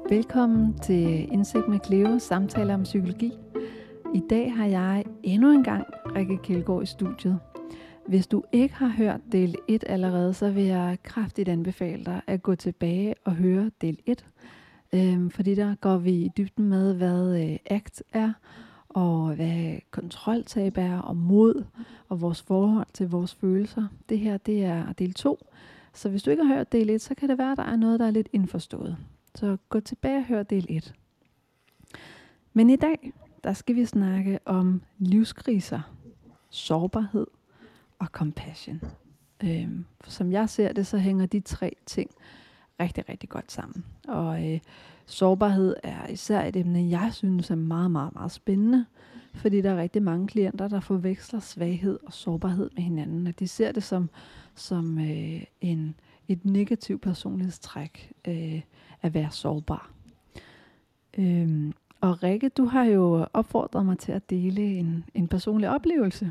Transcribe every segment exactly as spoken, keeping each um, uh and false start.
Velkommen til Indsigt med Cleo, samtaler om psykologi. I dag har jeg endnu en gang Rikke Kjeldgaard i studiet. Hvis du ikke har hørt del et allerede, så vil jeg kraftigt anbefale dig at gå tilbage og høre del et. Øhm, fordi der går vi i dybden med, hvad øh, A C T er, og hvad kontroltab er, og mod, og vores forhold til vores følelser. Det her, det er del to. Så hvis du ikke har hørt del et, så kan det være, at der er noget, der er lidt indforstået. Så gå tilbage og hør del et. Men i dag, der skal vi snakke om livskriser, sårbarhed og compassion. Øhm, som jeg ser det, så hænger de tre ting rigtig, rigtig godt sammen. Og øh, sårbarhed er især et emne, jeg synes er meget, meget, meget spændende. Fordi der er rigtig mange klienter, der forveksler svaghed og sårbarhed med hinanden. Og de ser det som, som øh, en, et negativt personlighedstræk øh, at være sårbar. Øhm, og Rikke, du har jo opfordret mig til at dele en, en personlig oplevelse.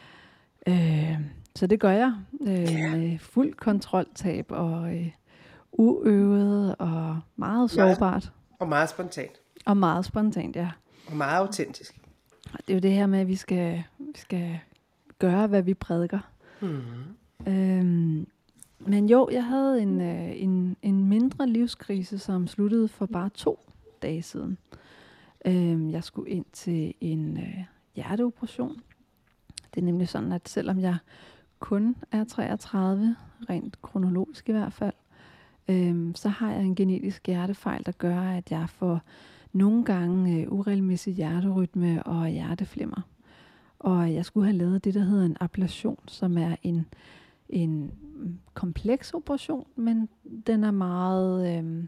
Øh, så det gør jeg. Øh, med fuld kontroltab og øh, uøvet og meget sårbart. Og meget spontant. Og meget spontant, ja. Og meget autentisk. Og det er jo det her med, at vi skal, vi skal gøre, hvad vi prædiker. Mm-hmm. Øhm, men jo, jeg havde en, øh, en, en mindre livskrise, som sluttede for bare to dage siden. Øhm, jeg skulle ind til en øh, hjerteoperation. Det er nemlig sådan, at selvom jeg kun er treogtredive, rent kronologisk i hvert fald, øhm, så har jeg en genetisk hjertefejl, der gør, at jeg får nogle gange øh, uregelmæssig hjerterytme og hjerteflimmer. Og jeg skulle have lavet det, der hedder en ablation, som er en, en kompleks operation, men den er meget, øh,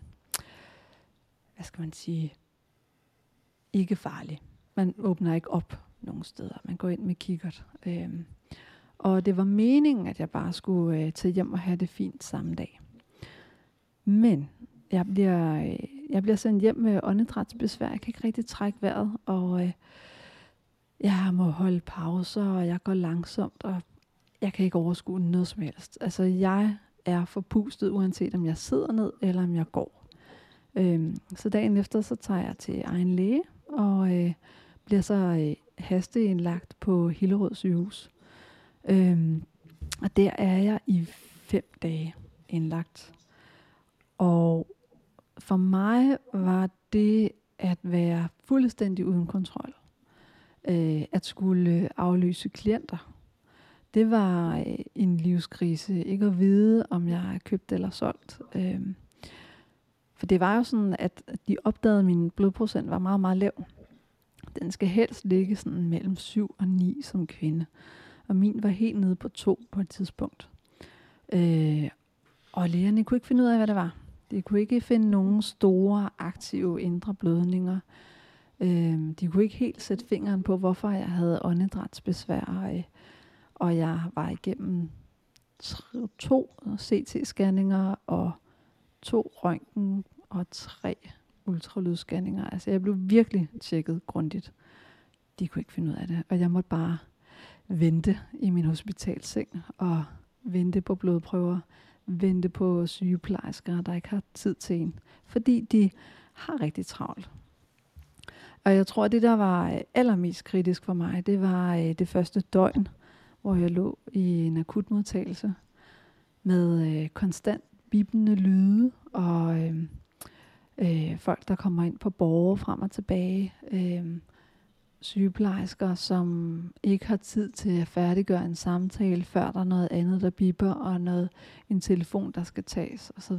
hvad skal man sige, ikke farlig. Man åbner ikke op nogen steder. Man går ind med kikkert. Øh, og det var meningen, at jeg bare skulle øh, tage hjem og have det fint samme dag. Men jeg bliver, øh, jeg bliver sendt hjem med åndedrætsbesvær. Jeg kan ikke rigtig trække vejret, og øh, jeg må holde pauser, og jeg går langsomt, og jeg kan ikke overskue noget som helst. Altså, jeg er forpustet, uanset om jeg sidder ned, eller om jeg går. Øhm, så dagen efter, så tager jeg til egen læge, og øh, bliver så øh, hasteindlagt på Hillerød sygehus. Øhm, og der er jeg i fem dage indlagt. Og for mig var det at være fuldstændig uden kontrol. Øh, at skulle aflyse klienter. Det var øh, en livskrise. Ikke at vide, om jeg er købt eller solgt. Øh, for det var jo sådan, at de opdagede, at min blodprocent var meget, meget lav. Den skal helst ligge sådan mellem syv og ni som kvinde. Og min var helt nede på to på et tidspunkt. Øh, og lægerne kunne ikke finde ud af, hvad det var. De kunne ikke finde nogen store, aktive indre blødninger. Øh, de kunne ikke helt sætte fingeren på, hvorfor jeg havde åndedrætsbesvær. Øh, og jeg var igennem t- to C T-scanninger og to røntgen og tre ultralydsscanninger. Altså jeg blev virkelig tjekket grundigt. De kunne ikke finde ud af det. Og jeg måtte bare vente i min hospitalseng og vente på blodprøver. Vente på sygeplejersker, der ikke har tid til en. Fordi de har rigtig travlt. Og jeg tror, at det, der var allermest kritisk for mig, det var øh, det første døgn, hvor jeg lå i en akutmodtagelse med øh, konstant bibende lyde og øh, øh, folk, der kommer ind på borger frem og tilbage. Øh, sygeplejersker, som ikke har tid til at færdiggøre en samtale, før der er noget andet, der bipper, og noget, en telefon, der skal tages osv.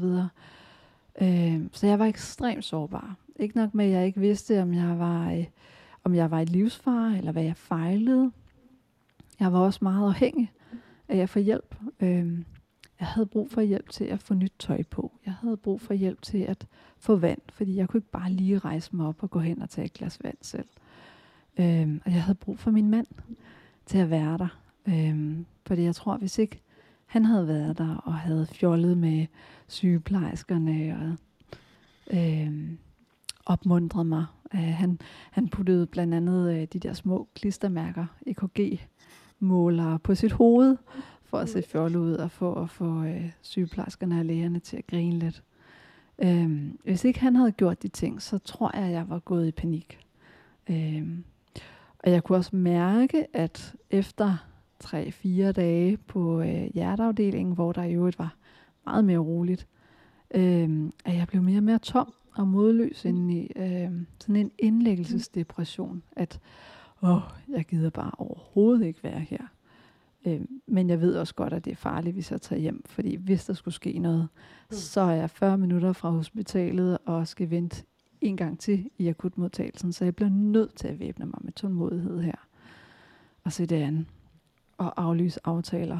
Øh, så jeg var ekstremt sårbar. Ikke nok med, at jeg ikke vidste, om jeg var, øh, om jeg var i livsfare, eller hvad jeg fejlede. Jeg var også meget afhængig af at få hjælp. Øh, jeg havde brug for hjælp til at få nyt tøj på. Jeg havde brug for hjælp til at få vand, fordi jeg kunne ikke bare lige rejse mig op og gå hen og tage et glas vand selv. Øh, og jeg havde brug for min mand til at være der. Øh, fordi jeg tror, hvis ikke han havde været der og havde fjollet med sygeplejerskerne og øh, opmuntret mig. Uh, han, han puttede blandt andet uh, de der små klistermærker, E K G-målere på sit hoved, for at se fjollet ud og for at få uh, sygeplejerskerne og lægerne til at grine lidt. Øhm, hvis ikke han havde gjort de ting, så tror jeg, at jeg var gået i panik. Øhm, og jeg kunne også mærke, at efter tre-fire dage på øh, hjerteafdelingen, hvor der i øvrigt var meget mere roligt, øhm, at jeg blev mere og mere tom og modløs ind i øhm, sådan en indlæggelsesdepression, at åh, jeg gider bare overhovedet ikke være her. Øhm, men jeg ved også godt, at det er farligt, hvis jeg tager hjem, fordi hvis der skulle ske noget, mm. så er jeg fyrre minutter fra hospitalet og skal vente en gang til i akutmodtagelsen, så jeg bliver nødt til at væbne mig med tålmodighed her. Og se det andet. Og aflyse aftaler.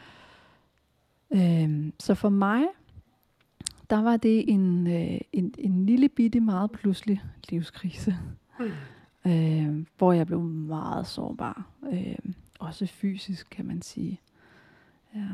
Øhm, så for mig, der var det en, øh, en, en lille bitte, meget pludselig livskrise. Mm. Øh, hvor jeg blev meget sårbar. Øh, også fysisk, kan man sige. Ja.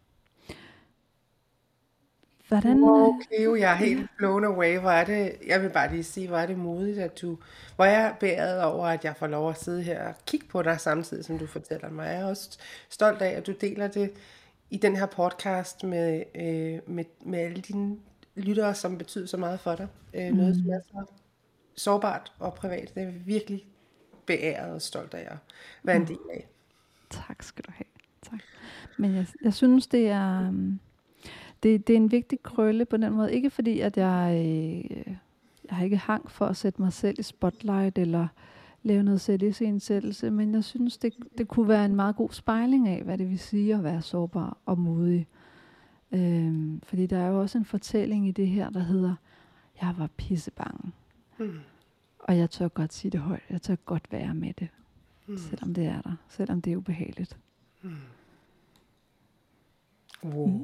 Hvordan? Wow, Cleo, jeg er helt blown away. Hvor er det, jeg vil bare lige sige, hvor er det modigt, at du... Hvor jeg er beæret over, at jeg får lov at sidde her og kigge på dig samtidig, som du fortæller mig. Jeg er også stolt af, at du deler det i den her podcast med, øh, med, med alle dine lyttere, som betyder så meget for dig. Øh, noget, mm. som er så sårbart og privat. Det er virkelig beæret og stolt af at være en del af. Tak skal du have. Tak. Men jeg, jeg synes, det er... Um Det, det er en vigtig krølle på den måde. Ikke fordi, at jeg, øh, jeg har ikke hang for at sætte mig selv i spotlight, eller lave noget selvisensættelse, men jeg synes, det, det kunne være en meget god spejling af, hvad det vil sige at være sårbar og modig. Øhm, fordi der er jo også en fortælling i det her, der hedder, jeg var pissebange. Mm. Og jeg tør godt sige det højt. Jeg tør godt være med det. Mm. Selvom det er der. Selvom det er ubehageligt. Mm. Wow. Mm.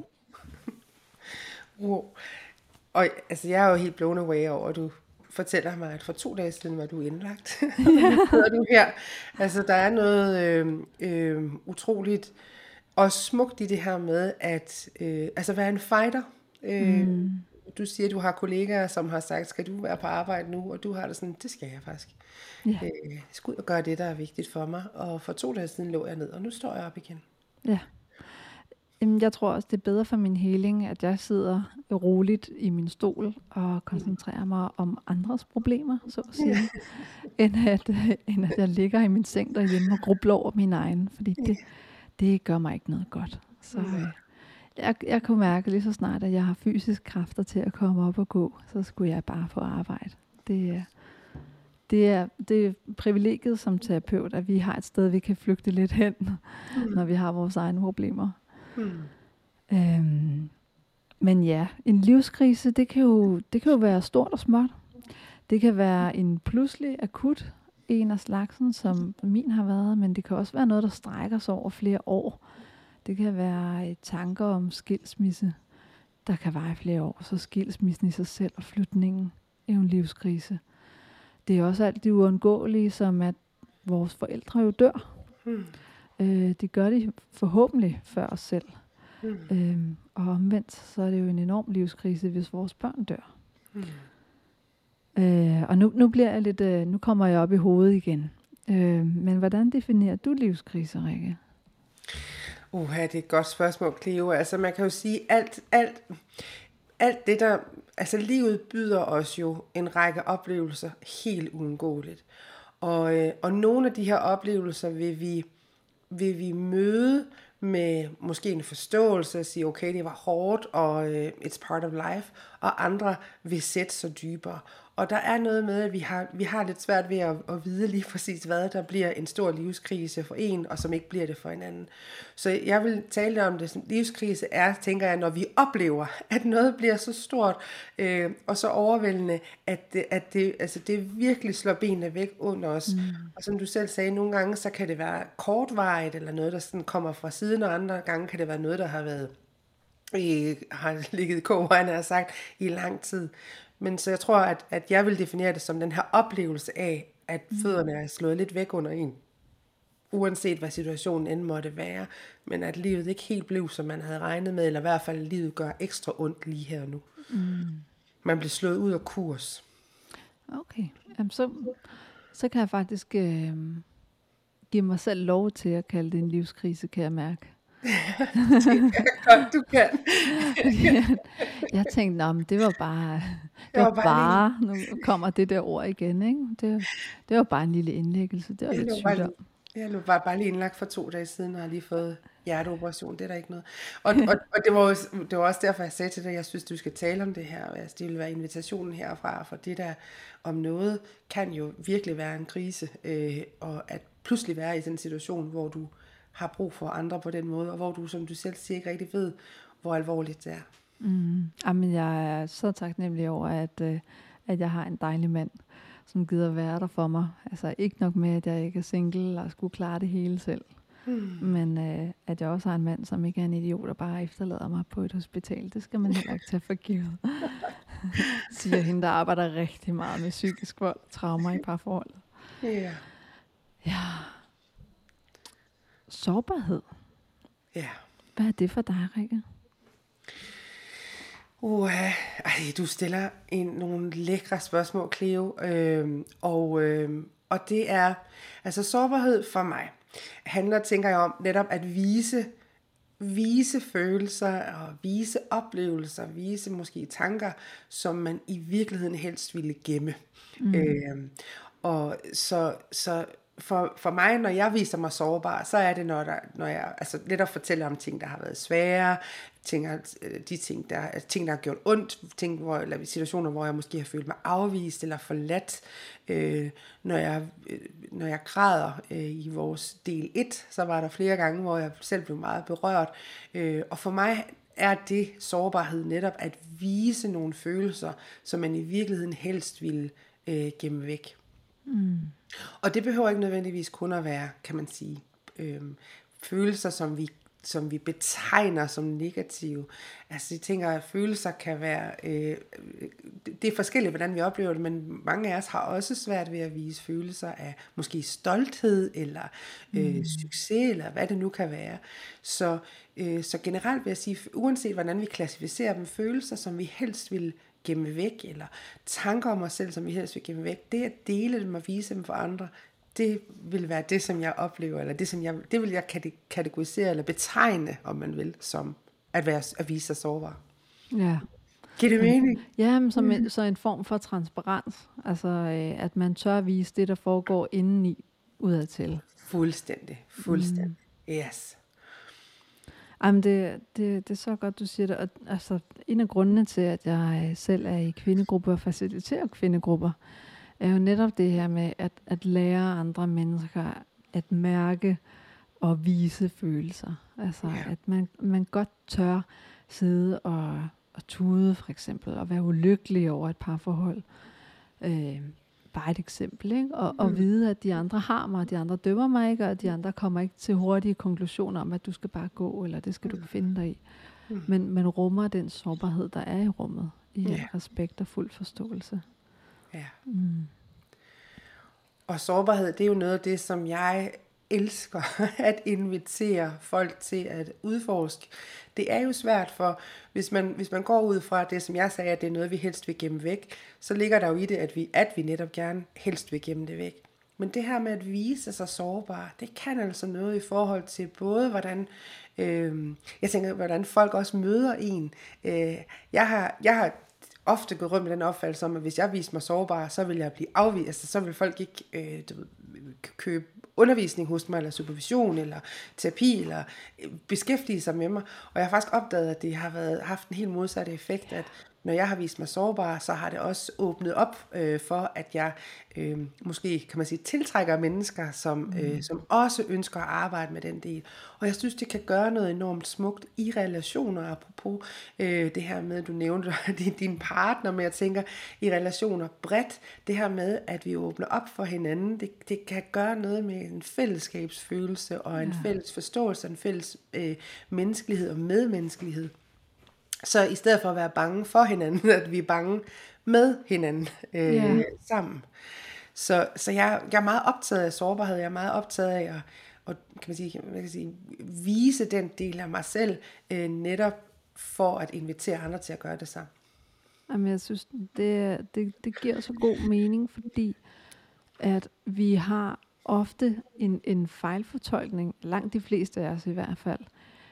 Wow. Og altså, jeg er jo helt blown away over, at du fortæller mig, at for to dage siden var du indlagt. Nu sidder du her. Altså, der er noget øh, øh, utroligt og smukt i det her med, at øh, altså være en fighter. Øh, mm. Du siger, at du har kollegaer, som har sagt, skal du være på arbejde nu? Og du har det sådan, det skal jeg faktisk. Yeah. Øh, jeg skal ud og gøre det, der er vigtigt for mig. Og for to dage siden lå jeg ned, og nu står jeg op igen. Ja. Yeah. Jeg tror også, det er bedre for min healing, at jeg sidder roligt i min stol og koncentrerer mig om andres problemer, så at sige, end, at, end at jeg ligger i min seng derhjemme og grubler over min egen, fordi det, det gør mig ikke noget godt. Så jeg, jeg kunne mærke lige så snart, at jeg har fysisk kræfter til at komme op og gå, så skulle jeg bare på arbejde. Det, det er, det er privilegiet som terapeut, at vi har et sted, vi kan flygte lidt hen, mm. når vi har vores egne problemer. Hmm. Øhm, men ja, en livskrise, det kan, jo, det kan jo være stort og småt. Det kan være en pludselig akut en af slagsen, som min har været, men det kan også være noget, der strækker sig over flere år. Det kan være tanker om skilsmisse, der kan vare flere år, så skilsmissen i sig selv og flytningen er jo en livskrise. Det er også alt det uundgåelige, som at vores forældre jo dør. Hmm. Øh, det gør de forhåbentlig før os selv. Mm. Øhm, og omvendt, så er det jo en enorm livskrise, hvis vores børn dør. Mm. Øh, og nu, nu bliver jeg lidt, øh, nu kommer jeg op i hovedet igen. Øh, men hvordan definerer du livskrise, Rikke? Uha, det er et godt spørgsmål, Cleo. Altså man kan jo sige, alt, alt, alt det der, altså livet byder os jo en række oplevelser helt uundgåeligt. Og, øh, og nogle af de her oplevelser vil vi vil vi møde med måske en forståelse og sige, okay, det var hårdt, og uh, it's part of life, og andre vil sætte sig dybere. Og der er noget med, at vi har, vi har lidt svært ved at, at vide lige præcis, hvad der bliver en stor livskrise for en, og som ikke bliver det for en anden. Så jeg vil tale om det, som livskrise er, tænker jeg, når vi oplever, at noget bliver så stort øh, og så overvældende, at, det, at det, altså det virkelig slår benene væk under os. Mm. Og som du selv sagde, nogle gange så kan det være kortvarigt, eller noget, der sådan kommer fra siden, og andre gange kan det være noget, der har været øh, har ligget i kogeren, har sagt, i lang tid. Men så jeg tror, at, at jeg vil definere det som den her oplevelse af, at fødderne er slået lidt væk under en. Uanset hvad situationen end måtte være. Men at livet ikke helt blev, som man havde regnet med. Eller i hvert fald, at livet gør ekstra ondt lige her og nu. Mm. Man bliver slået ud af kurs. Okay. Jamen, så, så kan jeg faktisk øh, give mig selv lov til at kalde det en livskrise, kan jeg mærke. Det er godt, du kan. Jeg tænkte, nå, men det var bare, det Det var var bare bare, nu kommer det der ord igen, ikke? Det, det var bare en lille indlæggelse, det var Jeg lidt lå bare, sygdom. lige- jeg lå bare, bare lige indlagt for to dage siden, og har lige fået hjerteoperation. Det er der ikke noget. Og, og, og det, var også, det var også derfor, jeg sagde til dig, jeg synes, du skal tale om det her. Altså, det vil være invitationen herfra, for det der om noget kan jo virkelig være en krise. Øh, og at pludselig være i den situation, hvor du har brug for andre på den måde, og hvor du, som du selv siger, ikke rigtig ved, hvor alvorligt det er. Mm. Jamen, jeg er så taknemmelig over, at, øh, at jeg har en dejlig mand, som gider være der for mig. Altså ikke nok med, at jeg ikke er single og skulle klare det hele selv. Hmm. Men øh, at jeg også har en mand, som ikke er en idiot og bare efterlader mig på et hospital, det skal man heller ikke tage for givet. Siger hende, der arbejder rigtig meget med psykisk vold og traumer i parforhold. Ja. Ja. Sårbarhed. Ja. Hvad er det for dig, Rikke? Uh, ej, du stiller en, nogle lækre spørgsmål, Cleo. Øhm, og, øhm, og det er, altså sårbarhed for mig, handler, tænker jeg om, netop at vise, vise følelser og vise oplevelser, vise måske tanker, som man i virkeligheden helst ville gemme. Mm. Øhm, og så, så for, for mig, når jeg viser mig sårbar, så er det, når, der, når jeg altså netop fortæller om ting, der har været svære, ting, de ting, der, altså ting, der har gjort ondt, ting, hvor, eller situationer, hvor jeg måske har følt mig afvist eller forladt. Øh, når, jeg, øh, når jeg græder øh, i vores del et, så var der flere gange, hvor jeg selv blev meget berørt. Øh, og for mig er det sårbarhed netop at vise nogle følelser, som man i virkeligheden helst ville øh, gemme væk. Mm. Og det behøver ikke nødvendigvis kun at være, kan man sige, øh, følelser, som vi, som vi betegner som negative. Altså jeg tænker, at følelser kan være, øh, det er forskelligt, hvordan vi oplever det, men mange af os har også svært ved at vise følelser af måske stolthed, eller øh, mm. succes, eller hvad det nu kan være. Så, øh, så generelt vil jeg sige, uanset hvordan vi klassificerer dem, følelser, som vi helst vil gemme væk, eller tanker om os selv, som vi helst vil gemme væk, det at dele dem og vise dem for andre, det vil være det, som jeg oplever, eller det, som jeg, det vil jeg kategorisere, eller betegne, om man vil, som at, være, at vise sig sårbar. Ja. Giver det mening? Ja, men som en, så en form for transparens, altså øh, at man tør vise det, der foregår indeni, udadtil. Fuldstændig, fuldstændig, mm. Yes. Jamen det, det, det er så godt, du siger det. Og, altså, en af grundene til, at jeg selv er i kvindegrupper og faciliterer kvindegrupper, er jo netop det her med at, at lære andre mennesker at mærke og vise følelser. Altså Ja. at man, man godt tør sidde og, og tude for eksempel, og være ulykkelig over et parforhold. Øh, bare et eksempel, ikke? Og, og vide, at de andre har mig, og de andre dømmer mig ikke, og de andre kommer ikke til hurtige konklusioner om, at du skal bare gå, eller det skal du finde dig i. Mm. Men man rummer den sårbarhed, der er i rummet, i Ja. yeah. respekt og fuld forståelse. Ja. Mm. Og sårbarhed, det er jo noget af det, som jeg elsker at invitere folk til at udforske. Det er jo svært, for hvis man, hvis man går ud fra det, som jeg sagde, at det er noget, vi helst vil gemme væk, så ligger der jo i det, at vi, at vi netop gerne helst vil gemme det væk. Men det her med at vise sig sårbar, det kan altså noget i forhold til både, hvordan, øh, jeg tænker, hvordan folk også møder en. Øh, jeg har, jeg har ofte gået rundt med den opfattelse om, at hvis jeg viser mig sårbar, så vil jeg blive afvist. Altså, så vil folk ikke øh, du ved, købe undervisning hos mig, eller supervision, eller terapi, eller beskæftige sig med mig. Og jeg har faktisk opdaget, at det har været, haft en helt modsatte effekt, at når jeg har vist mig sårbar, så har det også åbnet op øh, for, at jeg øh, måske, kan man sige, tiltrækker mennesker, som, øh, som også ønsker at arbejde med den del. Og jeg synes, det kan gøre noget enormt smukt i relationer, apropos øh, det her med, du nævnte din, din partner, men jeg tænker, i relationer bredt, det her med, at vi åbner op for hinanden, det, det kan gøre noget med en fællesskabsfølelse, og en ja. fælles forståelse, en fælles øh, menneskelighed og medmenneskelighed. Så i stedet for at være bange for hinanden, at vi er bange med hinanden øh, yeah. sammen. Så, så jeg, jeg er meget optaget af sårbarhed. Jeg er meget optaget af at, at kan man sige, man kan sige, vise den del af mig selv, øh, netop for at invitere andre til at gøre det samme. Jamen, jeg synes, det, det, det giver så god mening, fordi at vi har ofte en, en fejlfortolkning, langt de fleste af os i hvert fald,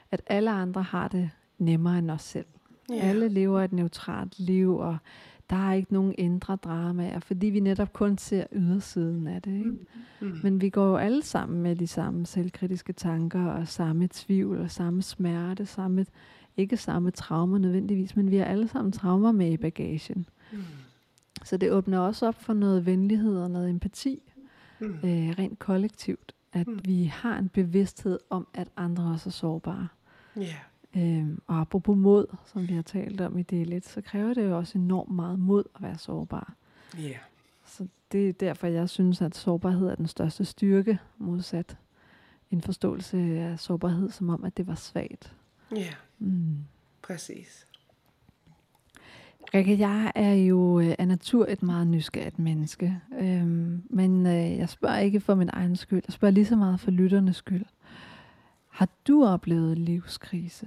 at alle andre har det nemmere end os selv. Yeah. Alle lever et neutralt liv, og der er ikke nogen indre dramaer, fordi vi netop kun ser ydersiden af det. Ikke? Mm. Mm. Men vi går jo alle sammen med de samme selvkritiske tanker, og samme tvivl, og samme smerte, samme, ikke samme traumer nødvendigvis, men vi har alle sammen traumer med i bagagen. Mm. Så det åbner også op for noget venlighed og noget empati, mm. øh, rent kollektivt, at mm. vi har en bevidsthed om, at andre også er sårbare. Yeah. Øhm, og apropos mod, som vi har talt om i del et, så kræver det jo også enormt meget mod at være sårbar. Yeah. Så det er derfor, jeg synes, at sårbarhed er den største styrke, modsat en forståelse af sårbarhed, som om, at det var svagt. Ja, yeah. mm. præcis. Rikke, jeg er jo af natur et meget nysgerrigt menneske, øhm, men øh, jeg spørger ikke for min egen skyld, jeg spørger lige så meget for lytternes skyld. Har du oplevet livskrise?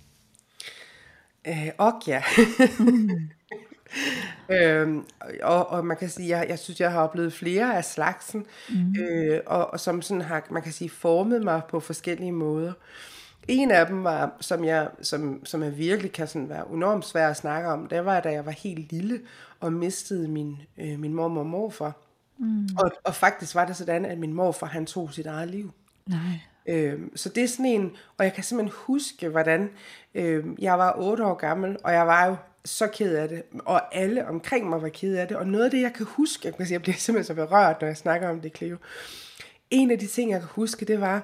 Øh, og ja. mm. øhm, og, og man kan sige, jeg, jeg synes, jeg har oplevet flere af slagsen, mm. øh, og, og som sådan har, man kan sige, formet mig på forskellige måder. En af dem var, som jeg, som, som jeg virkelig kan sådan være enormt svær at snakke om, det var, da jeg var helt lille og mistede min, øh, min mormor og morfar. Mm. Og, og faktisk var det sådan, at min morfar, han tog sit eget liv. Nej. Øhm, så det er sådan en, og jeg kan simpelthen huske, hvordan øhm, jeg var otte år gammel, og jeg var jo så ked af det, og alle omkring mig var ked af det, og noget af det, jeg kan huske, jeg, kan sige, jeg bliver simpelthen så berørt, når jeg snakker om det, Cleo. En af de ting, jeg kan huske, det var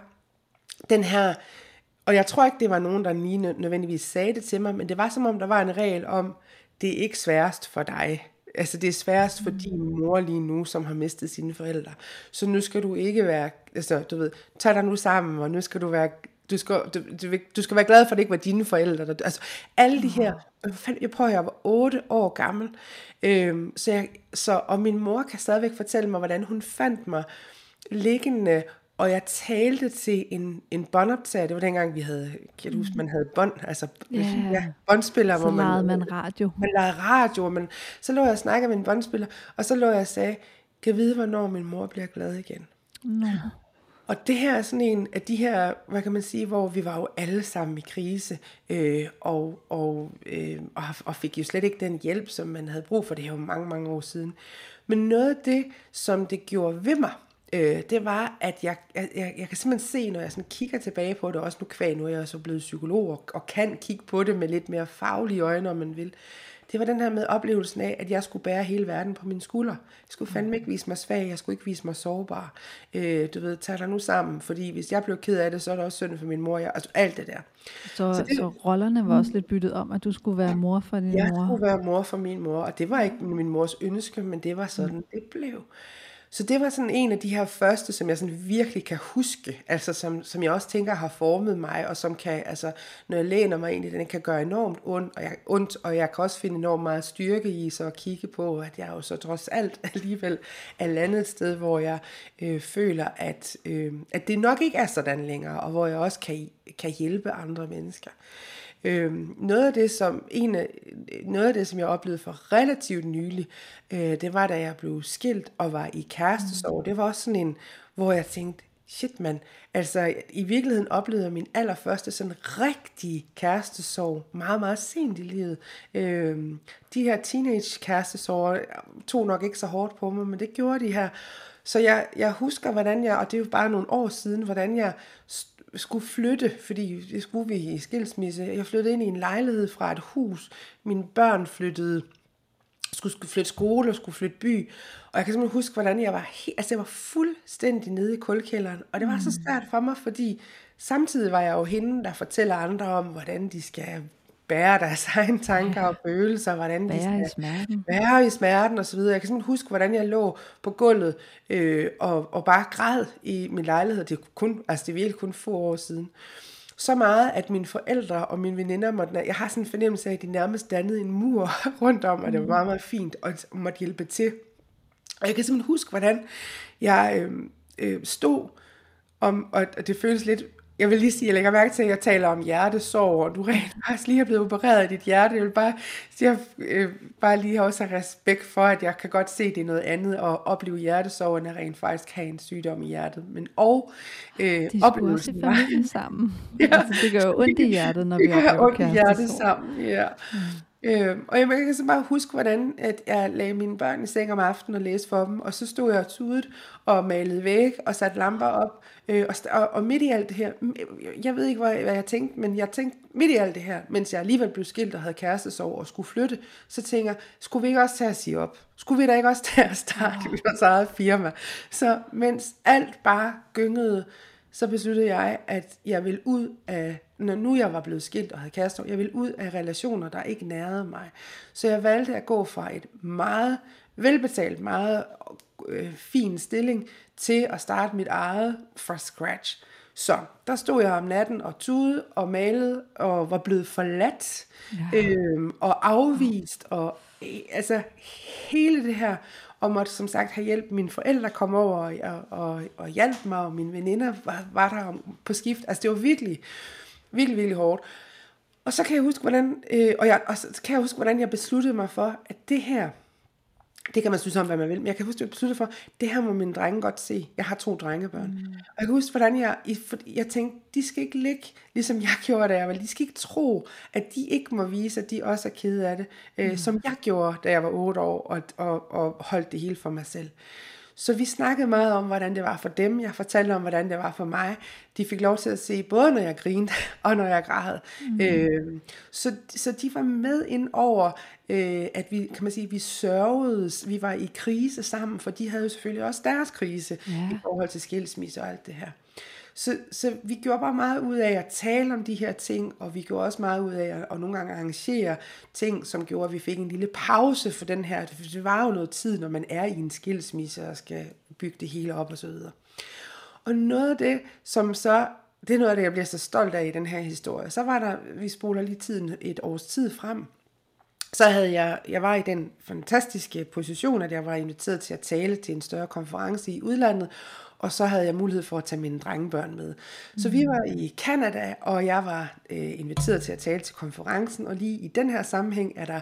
den her, og jeg tror ikke, det var nogen, der lige nødvendigvis sagde det til mig, men det var som om, der var en regel om, det er ikke sværest for dig. Altså det er sværest for din mor lige nu, som har mistet sine forældre. Så nu skal du ikke være, altså du ved, tag dig nu sammen, og nu skal du være, du skal, du, du, du skal være glad for, at det ikke var dine forældre. Der, altså alle de her, jeg prøver, jeg var otte år gammel, øhm, så, jeg, så, og min mor kan stadigvæk fortælle mig, hvordan hun fandt mig liggende, og jeg talte til en, en båndoptager. Det var dengang, vi havde, kan du huske, man havde bånd, altså yeah. ja, båndspillere. Så legede man, man radio. Man legede radio, men så lå jeg og snakkede med en båndspiller, og så lå jeg og sagde, kan jeg vide, hvornår min mor bliver glad igen? No. Og det her er sådan en af de her, hvad kan man sige, hvor vi var jo alle sammen i krise, øh, og, og, øh, og, og fik jo slet ikke den hjælp, som man havde brug for. Det her jo mange, mange år siden. Men noget af det, som det gjorde ved mig, Øh, det var, at jeg, jeg, jeg kan simpelthen se, når jeg sådan kigger tilbage på det, også nu kvæg, nu er jeg så blevet psykolog, og, og kan kigge på det med lidt mere faglige øjne, om man vil. Det var den her med oplevelsen af, at jeg skulle bære hele verden på mine skuldre. Jeg skulle fandme ikke vise mig svag, jeg skulle ikke vise mig sårbar. Øh, du ved, tag dig nu sammen, fordi hvis jeg blev ked af det, så er det også synd for min mor. Jeg, altså alt det der. Så, så, det, så rollerne var også lidt byttet om, at du skulle være mor for din jeg mor? Jeg skulle være mor for min mor, og det var ikke min mors ønske, men det var sådan, mm. det blev. Så det var sådan en af de her første, som jeg sådan virkelig kan huske, altså som, som jeg også tænker har formet mig, og som kan, altså når jeg læner mig ind i den, kan gøre enormt ondt, og jeg, ondt, og jeg kan også finde enormt meget styrke i så at kigge på, at jeg jo så trods alt alligevel er landet et sted, hvor jeg øh, føler, at, øh, at det nok ikke er sådan længere, og hvor jeg også kan, kan hjælpe andre mennesker. Øhm, noget af det som en af, noget af det som jeg oplevede for relativt nylig, øh, det var da jeg blev skilt og var i kærestesorg. Det var også sådan en, hvor jeg tænkte, shit mand, altså i virkeligheden oplevede jeg min allerførste sådan rigtig kærestesorg meget meget sent i livet. Øhm, de her teenage kærestesorger tog nok ikke så hårdt på mig, men det gjorde de her. Så jeg, jeg husker hvordan jeg, og det er jo bare nogle år siden, hvordan jeg skulle flytte, fordi det skulle vi i skilsmisse. Jeg flyttede ind i en lejlighed fra et hus. Mine børn flyttede, skulle, skulle flytte skole og skulle flytte by. Og jeg kan simpelthen huske, hvordan jeg var, he- altså jeg var fuldstændig nede i kulkælderen. Og det var så svært for mig, fordi samtidig var jeg jo hende, der fortæller andre om, hvordan de skal bære deres egne tanker og følelser, hvordan de skal i smerten. være i smerten og så videre. Jeg kan simpelthen huske, hvordan jeg lå på gulvet øh, og, og bare græd i min lejlighed. Det er kun, altså det er virkelig kun få år siden. Så meget, at mine forældre og mine veninder måtte, jeg har sådan en fornemmelse af, at de nærmest dannede en mur rundt om, og det var meget, meget fint, og måtte hjælpe til. Og jeg kan simpelthen huske, hvordan jeg øh, øh, stod om, og det føles lidt, jeg vil lige sige, jeg lægger mærke til, at jeg taler om hjertesorg, og du rent faktisk lige er blevet opereret i dit hjerte. Jeg vil bare sige, at jeg øh, bare lige også have respekt for, at jeg kan godt se, at det er noget andet at opleve hjertesorg, end at rent faktisk have en sygdom i hjertet. Men og øh, De skulle også i familie sammen. Ja. Altså, det gør jo ondt i hjertet, når Det vi gør oplever ondt i hjertet kærestesorg. sammen, ja. Mm. Øhm, og jeg kan så bare huske, hvordan at jeg lagde mine børn i seng om aftenen og læste for dem, og så stod jeg og tudede og malede væg og satte lamper op, øh, og, st- og, og midt i alt det her, jeg ved ikke, hvad, hvad jeg tænkte, men jeg tænkte midt i alt det her, mens jeg alligevel blev skilt og havde kærestesorg og skulle flytte, så tænker jeg, skulle vi ikke også tage at sige op? Skulle vi da ikke også tage at starte oh. vores eget firma? Så mens alt bare gyngede, så besluttede jeg, at jeg ville ud af, når nu jeg var blevet skilt og havde kærester, jeg ville ud af relationer, der ikke nærede mig. Så jeg valgte at gå fra et meget velbetalt, meget øh, fin stilling, til at starte mit eget fra scratch. Så der stod jeg om natten og tudede og malede, og var blevet forladt, ja. øh, og afvist, og øh, altså hele det her, og måtte som sagt have hjælp. Mine forældre kom over og, og, og hjalp mig, og mine veninder var, var der på skift. Altså det var virkelig, virkelig, virkelig hårdt. Og så kan jeg huske, hvordan, øh, og, jeg, og så kan jeg huske, hvordan jeg besluttede mig for, at det her, det kan man synes om, hvad man vil, men jeg kan huske, at jeg besluttede for, det her må mine drenge godt se. Jeg har to drengebørn. Mm. Og jeg kan huske, hvordan jeg, jeg tænkte, de skal ikke ligge, ligesom jeg gjorde, da jeg var. De skal ikke tro, at de ikke må vise, at de også er kede af det, mm. øh, som jeg gjorde, da jeg var otte år, og, og, og holdt det hele for mig selv. Så vi snakkede meget om, hvordan det var for dem. Jeg fortalte om, hvordan det var for mig. De fik lov til at se, både når jeg grinede, og når jeg græd. Mm. Øh, så, så de var med ind over, øh, at vi, kan man sige, vi sørgedes. Vi var i krise sammen, for de havde jo selvfølgelig også deres krise, ja. I forhold til skilsmisse og alt det her. Så, så vi gjorde bare meget ud af at tale om de her ting, og vi gjorde også meget ud af at, at nogle gange arrangere ting, som gjorde, at vi fik en lille pause for den her. Det var jo noget tid, når man er i en skilsmisse og skal bygge det hele op og så videre. Og noget af det, som så, det er noget af det, jeg bliver så stolt af i den her historie. Så var der, vi spoler lige tiden et års tid frem, så havde jeg, jeg var i den fantastiske position, at jeg var inviteret til at tale til en større konference i udlandet, og så havde jeg mulighed for at tage mine drengebørn med. Så vi var i Canada, og jeg var øh, inviteret til at tale til konferencen, og lige i den her sammenhæng er der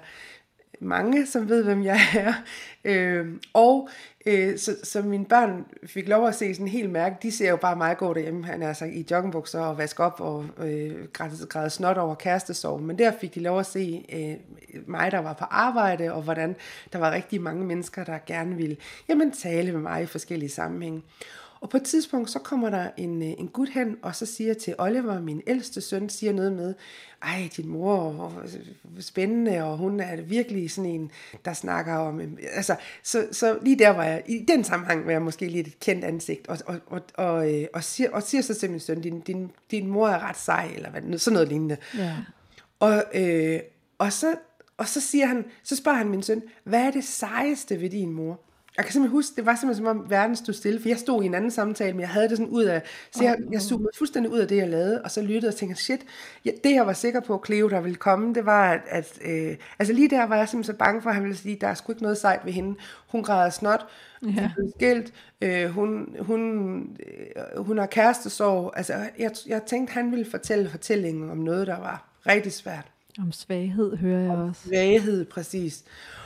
mange, som ved, hvem jeg er. Øh, og øh, så, så mine børn fik lov at se sådan helt mærke. De ser jo bare meget gå derhjemme, han er så i joggingbukser og vaske op og øh, græde snot over kærestesorg. Men der fik de lov at se øh, mig, der var på arbejde, og hvordan der var rigtig mange mennesker, der gerne ville jamen, tale med mig i forskellige sammenhænge. Og på et tidspunkt, så kommer der en, en gut hen, og så siger til Oliver, min ældste søn, siger noget med, ej, din mor er spændende, og hun er virkelig sådan en, der snakker om, altså, så, så lige der var jeg, i den sammenhæng var jeg måske lidt et kendt ansigt, og, og, og, og, og, siger, og siger så til min søn, din, din, din mor er ret sej, eller hvad, sådan noget lignende. Ja. Og, øh, og, så, og så siger han, så spørger han min søn, hvad er det sejeste ved din mor? Jeg kan simpelthen huske, det var simpelthen som om verden stod stille, for jeg stod i en anden samtale, men jeg havde det sådan ud af, så jeg, jeg zoomede fuldstændig ud af det, jeg lavede, og så lyttede og tænkte, shit, ja, det jeg var sikker på, Cleo, der ville komme, det var, at, at øh, altså lige der var jeg simpelthen så bange for, at han ville sige, der er sgu ikke noget sejt ved hende, hun græder snot, hun ja. er skilt, øh, hun, hun, øh, hun har kærestesorg, altså jeg, jeg tænkte, han ville fortælle fortællingen om noget, der var rigtig svært. Om svaghed, hører jeg om også. Svaghed, præcis.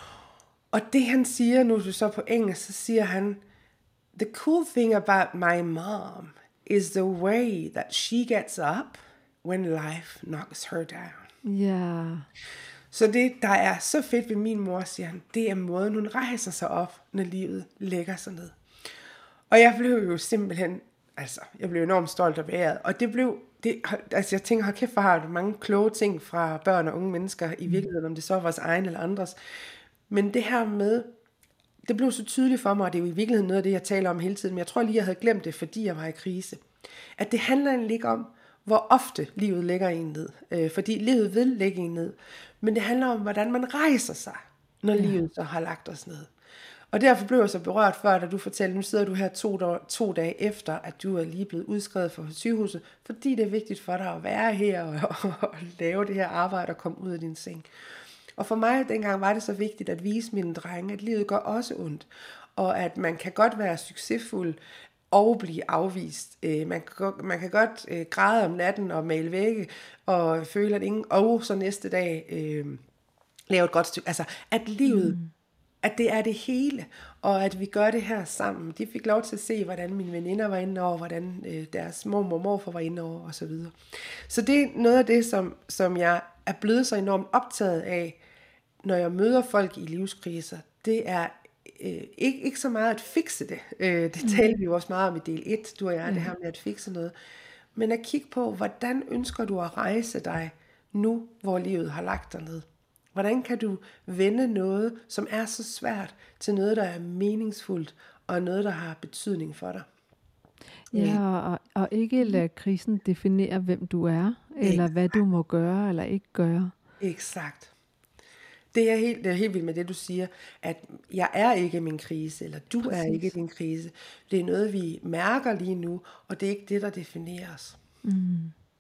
Og det han siger, nu er du så på engelsk, så siger han, the cool thing about my mom is the way that she gets up when life knocks her down. Ja. Yeah. Så det, der er så fedt ved min mor, siger han, det er måden, hun rejser sig op, når livet lægger sig ned. Og jeg blev jo simpelthen, altså, jeg blev enormt stolt og beæret. Og det blev, det, altså jeg tænker, hold kæft, for har du mange kloge ting fra børn og unge mennesker i virkeligheden, om det så er vores egen eller andres. Men det her med, det blev så tydeligt for mig, og det er jo i virkeligheden noget af det, jeg taler om hele tiden, men jeg tror lige, jeg havde glemt det, fordi jeg var i krise. At det handler egentlig ikke om, hvor ofte livet lægger en ned. Øh, fordi livet vil lægge en ned. Men det handler om, hvordan man rejser sig, når ja. livet så har lagt os ned. Og derfor blev jeg så berørt før, da du fortalte, nu sidder du her to, to dage efter, at du er lige blevet udskrevet fra sygehuset, fordi det er vigtigt for dig at være her og, og, og lave det her arbejde og komme ud af din seng. Og for mig dengang var det så vigtigt at vise mine drenge, at livet gør også ondt, og at man kan godt være succesfuld, og blive afvist. Øh, man, kan, man kan godt øh, græde om natten og male vægge, og føle, at ingen, og så næste dag øh, lave et godt stykke. Altså, at livet, mm. at det er det hele, og at vi gør det her sammen. De fik lov til at se, hvordan mine veninder var inde over, hvordan øh, deres mormor og morfar var inde over, og så videre. Så det er noget af det, som, som jeg er blevet så enormt optaget af, når jeg møder folk i livskriser. Det er øh, ikke, ikke så meget at fikse det. Øh, det mm. talte vi jo også meget om i del et, du og jeg, mm. det her med at fikse noget. Men at kigge på, hvordan ønsker du at rejse dig nu, hvor livet har lagt dig ned? Hvordan kan du vende noget, som er så svært, til noget, der er meningsfuldt, og noget, der har betydning for dig? Ja, og, og ikke lade krisen definere, hvem du er, eller hvad du må gøre eller ikke gøre. Exakt. Det er helt, det er helt vildt med det, du siger, at jeg er ikke min krise, eller du Præcis. er ikke din krise. Det er noget, vi mærker lige nu, og det er ikke det, der definerer os. Mm.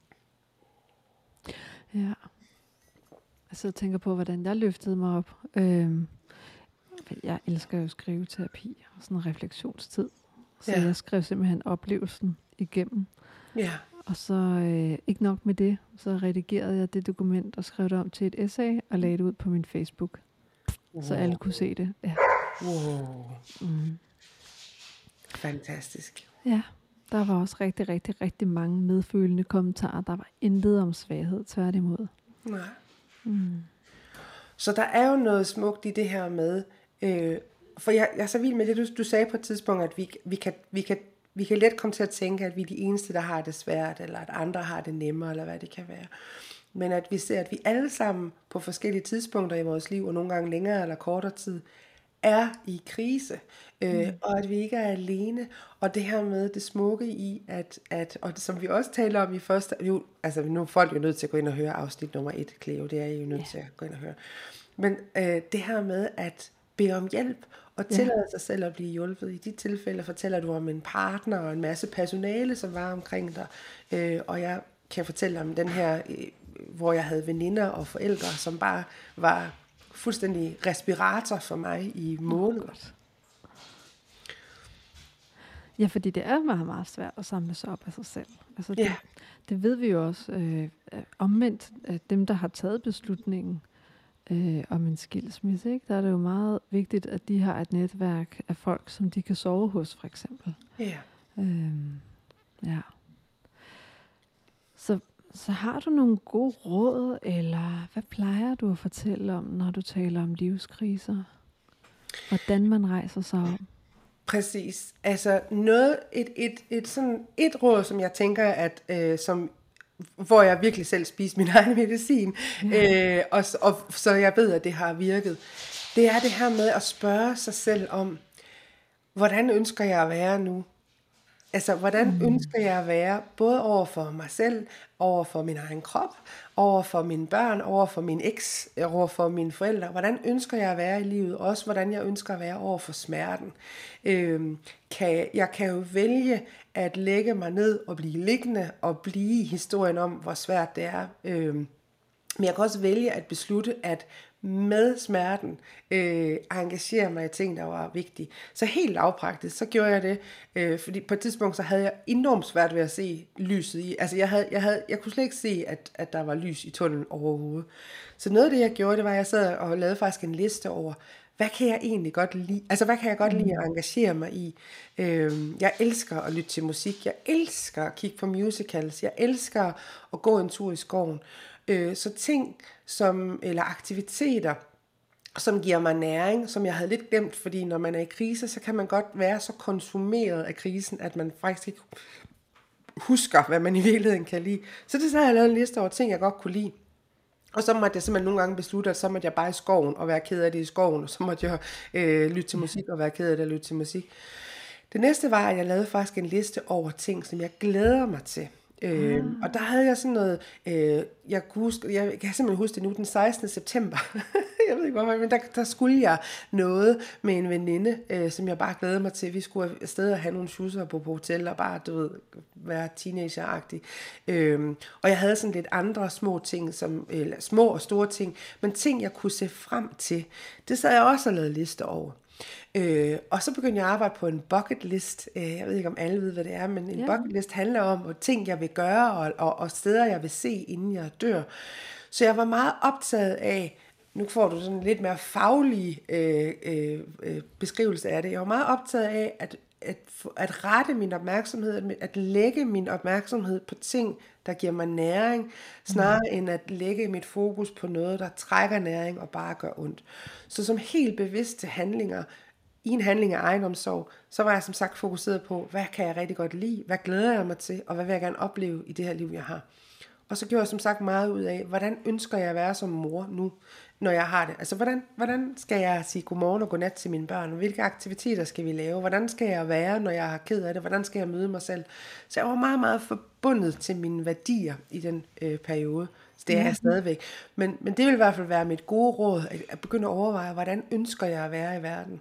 Ja. Altså jeg tænker på, hvordan jeg løftede mig op. Øhm, jeg elsker jo skriveterapi og sådan en refleksionstid. Så ja. jeg skrev simpelthen oplevelsen igennem. Ja. Og så øh, ikke nok med det, så redigerede jeg det dokument og skrev det om til et essay og lagde det ud på min Facebook. Wow. Så alle kunne se det. Ja. Wow. Mm. Fantastisk. Ja, der var også rigtig, rigtig, rigtig mange medfølende kommentarer. Der var intet om svaghed, tværtimod. Nej. Mm. Så der er jo noget smukt i det her med, øh, for jeg, jeg er så vild med det, du, du sagde på et tidspunkt, at vi, vi, kan, vi, kan, vi kan let komme til at tænke, at vi er de eneste, der har det svært, eller at andre har det nemmere, eller hvad det kan være. Men at vi ser, at vi alle sammen på forskellige tidspunkter i vores liv, og nogle gange længere eller kortere tid, er i krise, øh, mm. og at vi ikke er alene, og det her med det smukke i, at, at og det, som vi også taler om i første, jo, altså nu er folk jo nødt til at gå ind og høre afsnit nummer et, Cleo, det er I jo nødt yeah. til at gå ind og høre, men øh, det her med at bede om hjælp, og tillade yeah. sig selv at blive hjulpet. I de tilfælde fortæller du om en partner, og en masse personale, som var omkring dig, øh, og jeg kan fortælle om den her, øh, hvor jeg havde veninder og forældre, som bare var fuldstændig respirator for mig i måneder. Oh, ja, fordi det er meget, meget svært at samle sig op af sig selv. Altså det, ja. det ved vi jo også. Øh, omvendt, at dem, der har taget beslutningen øh, om en skilsmisse, ikke? Der er det jo meget vigtigt, at de har et netværk af folk, som de kan sove hos, for eksempel. Ja. Øhm, ja. Så Så har du nogle gode råd, eller hvad plejer du at fortælle om, når du taler om livskriser? Hvordan man rejser sig op? Præcis. Altså noget, et, et, et, sådan et råd, som jeg tænker, at øh, som, hvor jeg virkelig selv spiser min egen medicin, ja. øh, og, og så jeg ved, at det har virket, det er det her med at spørge sig selv om, hvordan ønsker jeg at være nu? Altså, hvordan mm. ønsker jeg at være, både over for mig selv, over for min egen krop, over for mine børn, over for min eks, over for mine forældre. Hvordan ønsker jeg at være i livet, også hvordan jeg ønsker at være over for smerten. Øhm, kan, jeg kan jo vælge at lægge mig ned og blive liggende, og blive i historien om, hvor svært det er. Øhm, men jeg kan også vælge at beslutte, at med smerten øh, engagere mig i ting, der var vigtige. Så helt lavpraktisk, så gjorde jeg det, øh, fordi på et tidspunkt, så havde jeg enormt svært ved at se lyset i. Altså jeg, havde, jeg, havde, jeg kunne slet ikke se, at, at der var lys i tunnelen overhovedet. Så noget af det, jeg gjorde, det var, at jeg sad og lavede faktisk en liste over, hvad kan jeg egentlig godt lide? Altså hvad kan jeg godt lide at engagere mig i? Øh, jeg elsker at lytte til musik, jeg elsker at kigge på musicals, jeg elsker at gå en tur i skoven. Øh, så ting som, eller aktiviteter, som giver mig næring, som jeg havde lidt glemt, fordi når man er i krise, så kan man godt være så konsumeret af krisen, at man faktisk ikke husker, hvad man i virkeligheden kan lide. Så det så har jeg lavet en liste over ting, jeg godt kunne lide. Og så måtte jeg simpelthen nogle gange beslutte, at så måtte jeg bare i skoven og være ked af det i skoven, og så måtte jeg øh, lytte til musik og være ked af det og lytte til musik. Det næste var, at jeg lavede faktisk en liste over ting, som jeg glæder mig til. Øh, mm. Og der havde jeg sådan noget, øh, jeg, kunne huske, jeg kan simpelthen huske det nu, den sekstende september, jeg ved ikke hvorfor, men der, der skulle jeg noget med en veninde, øh, som jeg bare glædede mig til. Vi skulle afsted og have nogle schusser på, på hotel, og bare, du ved, være teenager-agtig. Øh, og jeg havde sådan lidt andre små ting, som, eller små og store ting, men ting, jeg kunne se frem til, det sad jeg også og lavede liste over. Øh, og så begyndte jeg at arbejde på en bucket list. Øh, jeg ved ikke, om alle ved, hvad det er, men en Ja. bucket list handler om og ting, jeg vil gøre, og, og, og steder, jeg vil se, inden jeg dør. Så jeg var meget optaget af, nu får du sådan en lidt mere faglig øh, øh, øh, beskrivelse af det. Jeg var meget optaget af at, at, at rette min opmærksomhed, at lægge min opmærksomhed på ting, der giver mig næring, snarere mm. end at lægge mit fokus på noget, der trækker næring og bare gør ondt. Så som helt bevidste handlinger, i en handling af egenomsorg, så var jeg som sagt fokuseret på, hvad kan jeg rigtig godt lide, hvad glæder jeg mig til, og hvad vil jeg gerne opleve i det her liv, jeg har. Og så gjorde jeg som sagt meget ud af, hvordan ønsker jeg at være som mor nu, når jeg har det. Altså, hvordan, hvordan skal jeg sige godmorgen og godnat til mine børn? Hvilke aktiviteter skal vi lave? Hvordan skal jeg være, når jeg har ked af det? Hvordan skal jeg møde mig selv? Så jeg var meget, meget forbundet til mine værdier i den øh, periode. Så det er jeg stadigvæk. Men, men det vil i hvert fald være mit gode råd, at, at begynde at overveje, hvordan ønsker jeg at være i verden?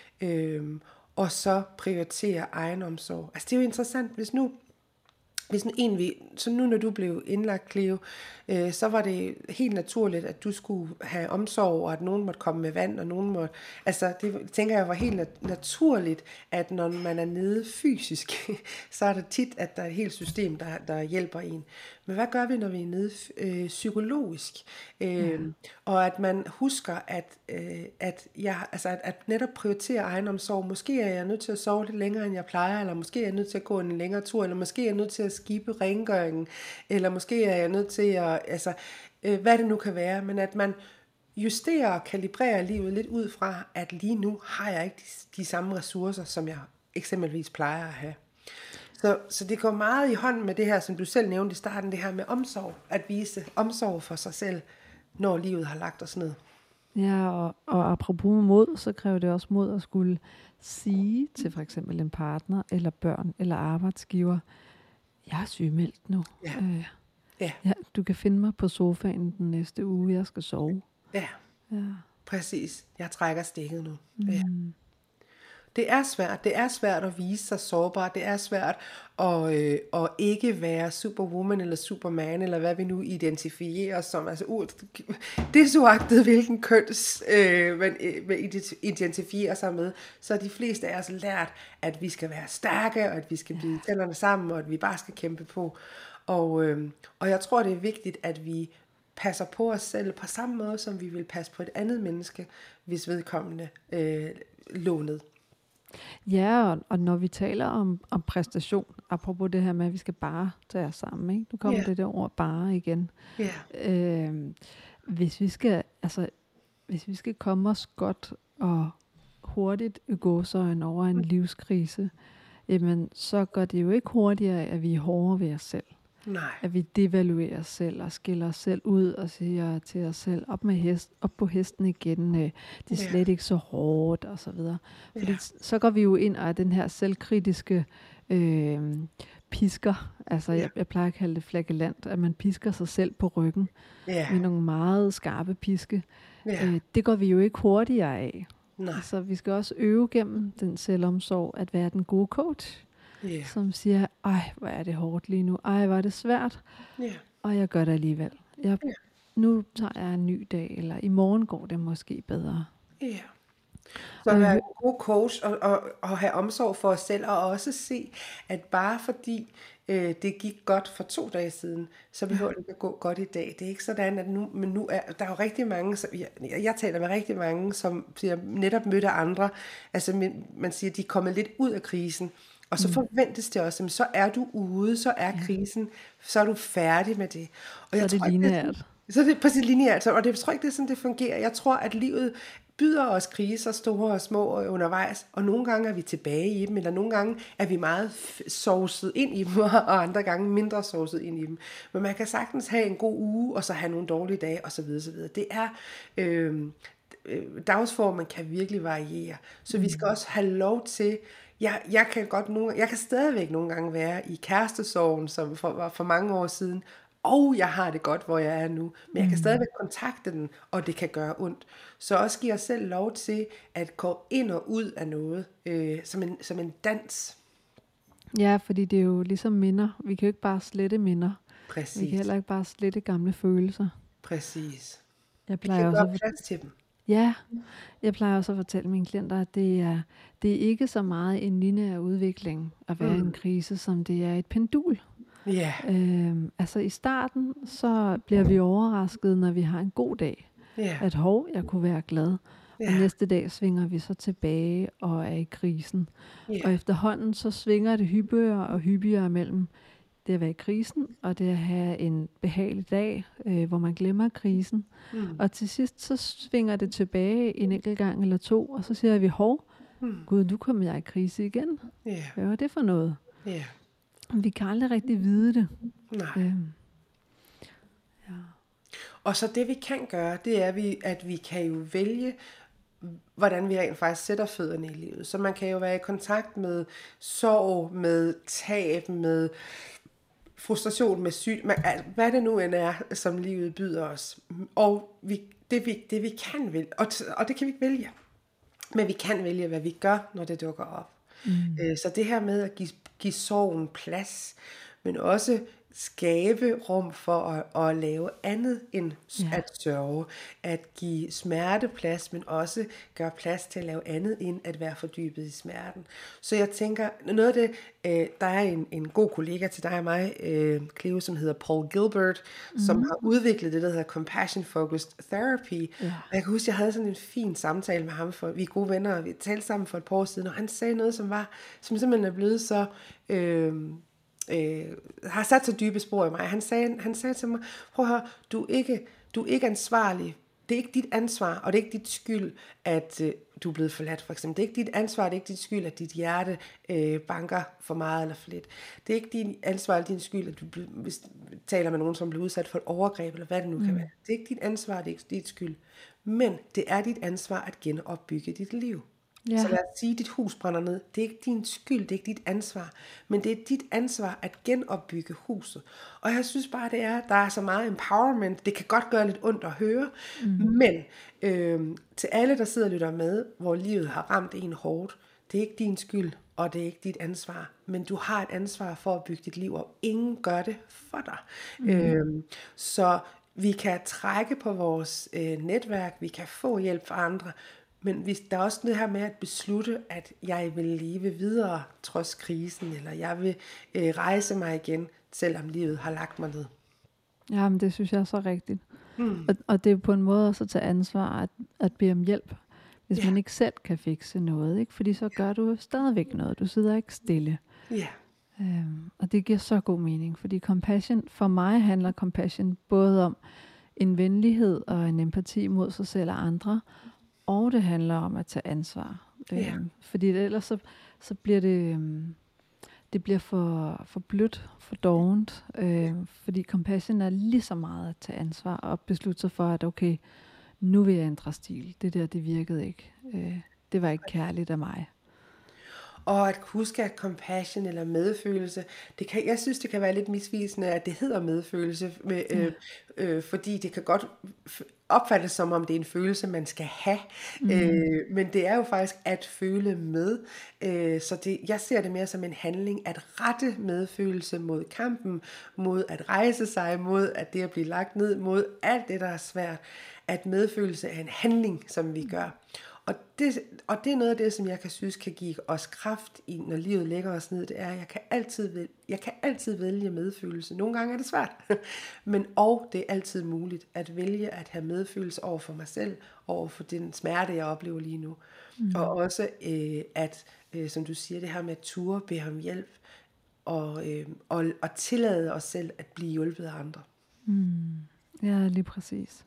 Øhm, og så prioritere egenomsorg. Altså, det er jo interessant, hvis nu Hvis en vil, så nu når du blev indlagt, Cleo, øh, så var det helt naturligt, at du skulle have omsorg, og at nogen måtte komme med vand, og nogen måtte, altså det tænker jeg var helt nat- naturligt, at når man er nede fysisk, så er det tit, at der er et helt system, der, der hjælper en. Men hvad gør vi, når vi er nede øh, psykologisk? Øh, mm. Og at man husker, at, øh, at, jeg, altså at, at netop prioritere egenomsorg. Måske er jeg nødt til at sove lidt længere, end jeg plejer, eller måske er jeg nødt til at gå en længere tur, eller måske er jeg nødt til at skibe rengøringen, eller måske er jeg nødt til at, altså, øh, hvad det nu kan være, men at man justerer og kalibrerer livet lidt ud fra, at lige nu har jeg ikke de, de samme ressourcer, som jeg eksempelvis plejer at have. Så, så det går meget i hånd med det her, som du selv nævnte i starten, det her med omsorg, at vise omsorg for sig selv, når livet har lagt os ned. Ja, og, og apropos mod, så kræver det også mod at skulle sige til for eksempel en partner, eller børn, eller arbejdsgiver, jeg er sygemeldt nu. Ja. Øh, Ja. ja, du kan finde mig på sofaen den næste uge, jeg skal sove. Ja, Ja. præcis. Jeg trækker stikket nu. Mm. Ja. Det er svært. Det er svært at vise sig sårbar. Det er svært at, øh, at ikke være superwoman eller superman, eller hvad vi nu identifierer os som. Altså, uh, det er så agtet, hvilken køns øh, man øh, identifierer sig med. Så de fleste af os lært, at vi skal være stærke, og at vi skal blive tænderne sammen, og at vi bare skal kæmpe på. Og, øh, og jeg tror, det er vigtigt, at vi passer på os selv på samme måde, som vi vil passe på et andet menneske, hvis vedkommende øh, lå ned. Ja, og, og når vi taler om, om præstation, apropos det her med, at vi skal bare tage os sammen, ikke? Nu kommer Ja. det der ord bare igen. Ja. Øh, hvis vi skal, altså, hvis vi skal komme os godt og hurtigt i gåseøjne over en livskrise, jamen, så går det jo ikke hurtigere, at vi er hårdere ved os selv. Nej. At vi devaluerer os selv og skiller os selv ud og siger til os selv, op, med hest, op på hesten igen, øh, det er Ja. slet ikke så hårdt og så videre. Fordi Ja. så går vi jo ind og er den her selvkritiske øh, pisker, altså Ja. jeg, jeg plejer at kalde det flagellant, at man pisker sig selv på ryggen Ja. med nogle meget skarpe piske. Ja. Øh, det går vi jo ikke hurtigere af. Nej. Så vi skal også øve gennem den selvomsorg at være den gode coach, Ja. som siger, ej, hvor er det hårdt lige nu, ej, hvor er det svært, Ja. og jeg gør det alligevel. Jeg, Ja. Nu tager jeg en ny dag, eller i morgen går det måske bedre. Ja. Så at være en god coach og, og, og have omsorg for os selv, og også se, at bare fordi øh, det gik godt for to dage siden, så behøver det ikke at gå godt i dag. Det er ikke sådan, at nu, men nu er der er jo rigtig mange, som, jeg, jeg taler med rigtig mange, som siger, netop mødte andre, altså man, man siger, de er kommet lidt ud af krisen, og så forventes det også, at så er du ude, så er krisen, så er du færdig med det. Og Så er det tror ikke, lineært. Så er det præcis lineært, og det, jeg tror ikke, det er sådan, det fungerer. Jeg tror, at livet byder os kriser, store og små undervejs, og nogle gange er vi tilbage i dem, eller nogle gange er vi meget f- sovset ind i dem, og andre gange mindre sovset ind i dem. Men man kan sagtens have en god uge, og så have nogle dårlige dage, osv. osv. Det er... Øh, dagsformen kan virkelig variere. Så mm. vi skal også have lov til... Jeg, jeg, kan godt nogle, jeg kan stadigvæk nogle gange være i kærestesorgen, som for, var for mange år siden, og jeg har det godt, hvor jeg er nu. Men jeg kan stadigvæk kontakte den, og det kan gøre ondt. Så også give os selv lov til at gå ind og ud af noget, øh, som, en, som en dans. Ja, fordi det er jo ligesom minder. Vi kan jo ikke bare slette minder. Præcis. Vi kan heller ikke bare slette gamle følelser. Præcis. Jeg Vi plejer kan også gøre at, plads til dem. Ja, jeg plejer også at fortælle mine klienter, at det er, det er ikke så meget en lineær udvikling at være mm. i en krise, som det er et pendul. Ja. Øhm, altså i starten, så bliver vi overrasket, når vi har en god dag. Yeah. At hov, jeg kunne være glad. Yeah. Og næste dag svinger vi så tilbage og er i krisen. Yeah. Og efterhånden så svinger det hyppigere og hyppigere mellem det at være i krisen, og det at have en behagelig dag, øh, hvor man glemmer krisen. Mm. Og til sidst så svinger det tilbage en enkelt gang eller to, og så siger vi, hov, mm. gud, nu kommer jeg i krise igen. Yeah. Hvad var det for noget? Yeah. Vi kan aldrig rigtig vide det. Nej. Øhm. Ja. Og så det vi kan gøre, det er, at vi kan jo vælge, hvordan vi rent faktisk sætter fødderne i livet. Så man kan jo være i kontakt med sorg, med tab, med frustration, med sygdom, hvad det nu end er, som livet byder os. Og vi, det, vi, det vi kan vælge, og, og det kan vi ikke vælge, men vi kan vælge, hvad vi gør, når det dukker op. Mm. Så det her med at give, give sorgen plads, men også skabe rum for at, at lave andet end ja. at sørge, at give smerte plads, men også gøre plads til at lave andet end at være fordybet i smerten. Så jeg tænker, noget af det, øh, der er en, en god kollega til dig og mig, øh, Cleo, som hedder Paul Gilbert, mm-hmm. som har udviklet det, der hedder Compassion Focused Therapy. Ja. Og jeg kan huske, jeg havde sådan en fin samtale med ham, for vi er gode venner, og vi talte sammen for et par år siden, og han sagde noget, som var, som simpelthen er blevet så... Øh, Øh, har sat så dybe spor i mig. Han sagde, han sagde til mig, prøv at høre, du er ikke, du er ikke ansvarlig. Det er ikke dit ansvar, og det er ikke dit skyld, at øh, du er blevet forladt, for eksempel. Det er ikke dit ansvar, det er ikke dit skyld, at dit hjerte øh, banker for meget eller for lidt. Det er ikke din ansvar eller din skyld, at du ble, hvis, taler med nogen, som bliver udsat for et overgreb, eller hvad det nu mm. kan være. Det er ikke dit ansvar, det er ikke dit skyld. Men det er dit ansvar at genopbygge dit liv. Ja. Så lad os sige, at dit hus brænder ned. Det er ikke din skyld, det er ikke dit ansvar. Men det er dit ansvar at genopbygge huset. Og jeg synes bare, det er, der er så meget empowerment. Det kan godt gøre lidt ondt at høre. Mm-hmm. Men øh, til alle, der sidder og lytter med, hvor livet har ramt en hårdt, det er ikke din skyld, og det er ikke dit ansvar. Men du har et ansvar for at bygge dit liv, og ingen gør det for dig. Mm-hmm. Øh, så vi kan trække på vores øh, netværk, vi kan få hjælp fra andre. Men hvis der er også det her med at beslutte, at jeg vil leve videre trods krisen, eller jeg vil øh, rejse mig igen, selvom livet har lagt mig ned. Jamen, det synes jeg er så rigtigt. Mm. Og, og det er på en måde også at tage ansvar, at, at bede om hjælp, hvis yeah. man ikke selv kan fikse noget, ikke? Fordi så gør du stadigvæk noget. Du sidder ikke stille. Yeah. Øhm, og det giver så god mening, fordi compassion, for mig handler compassion både om en venlighed og en empati mod sig selv og andre, og det handler om at tage ansvar. Yeah. Øhm, fordi ellers så, så bliver det, øhm, det bliver for, for blødt, for dovent. Øhm, fordi compassion er lige så meget at tage ansvar og beslutte sig for, at okay, nu vil jeg ændre stil. Det der, det virkede ikke. Øh, det var ikke kærligt af mig. Og at huske, at compassion eller medfølelse, det kan, jeg synes, det kan være lidt misvisende, at det hedder medfølelse, med, øh, øh, fordi det kan godt opfattes som om det er en følelse, man skal have. Mm. Øh, men det er jo faktisk at føle med. Øh, så det, jeg ser det mere som en handling, at rette medfølelse mod kampen, mod at rejse sig, mod at det at blive lagt ned, mod alt det, der er svært. At medfølelse er en handling, som vi gør. Og det, og det er noget af det, som jeg kan synes kan give os kraft, i, når livet lægger os ned, det er, at jeg kan altid vælge, jeg kan altid vælge medfølelse. Nogle gange er det svært, men og det er altid muligt at vælge at have medfølelse over for mig selv, over for den smerte, jeg oplever lige nu. Mm. Og også øh, at, øh, som du siger, det her med at ture, bede om hjælp, og, øh, og, og tillade os selv at blive hjulpet af andre. Mm. Ja, lige præcis.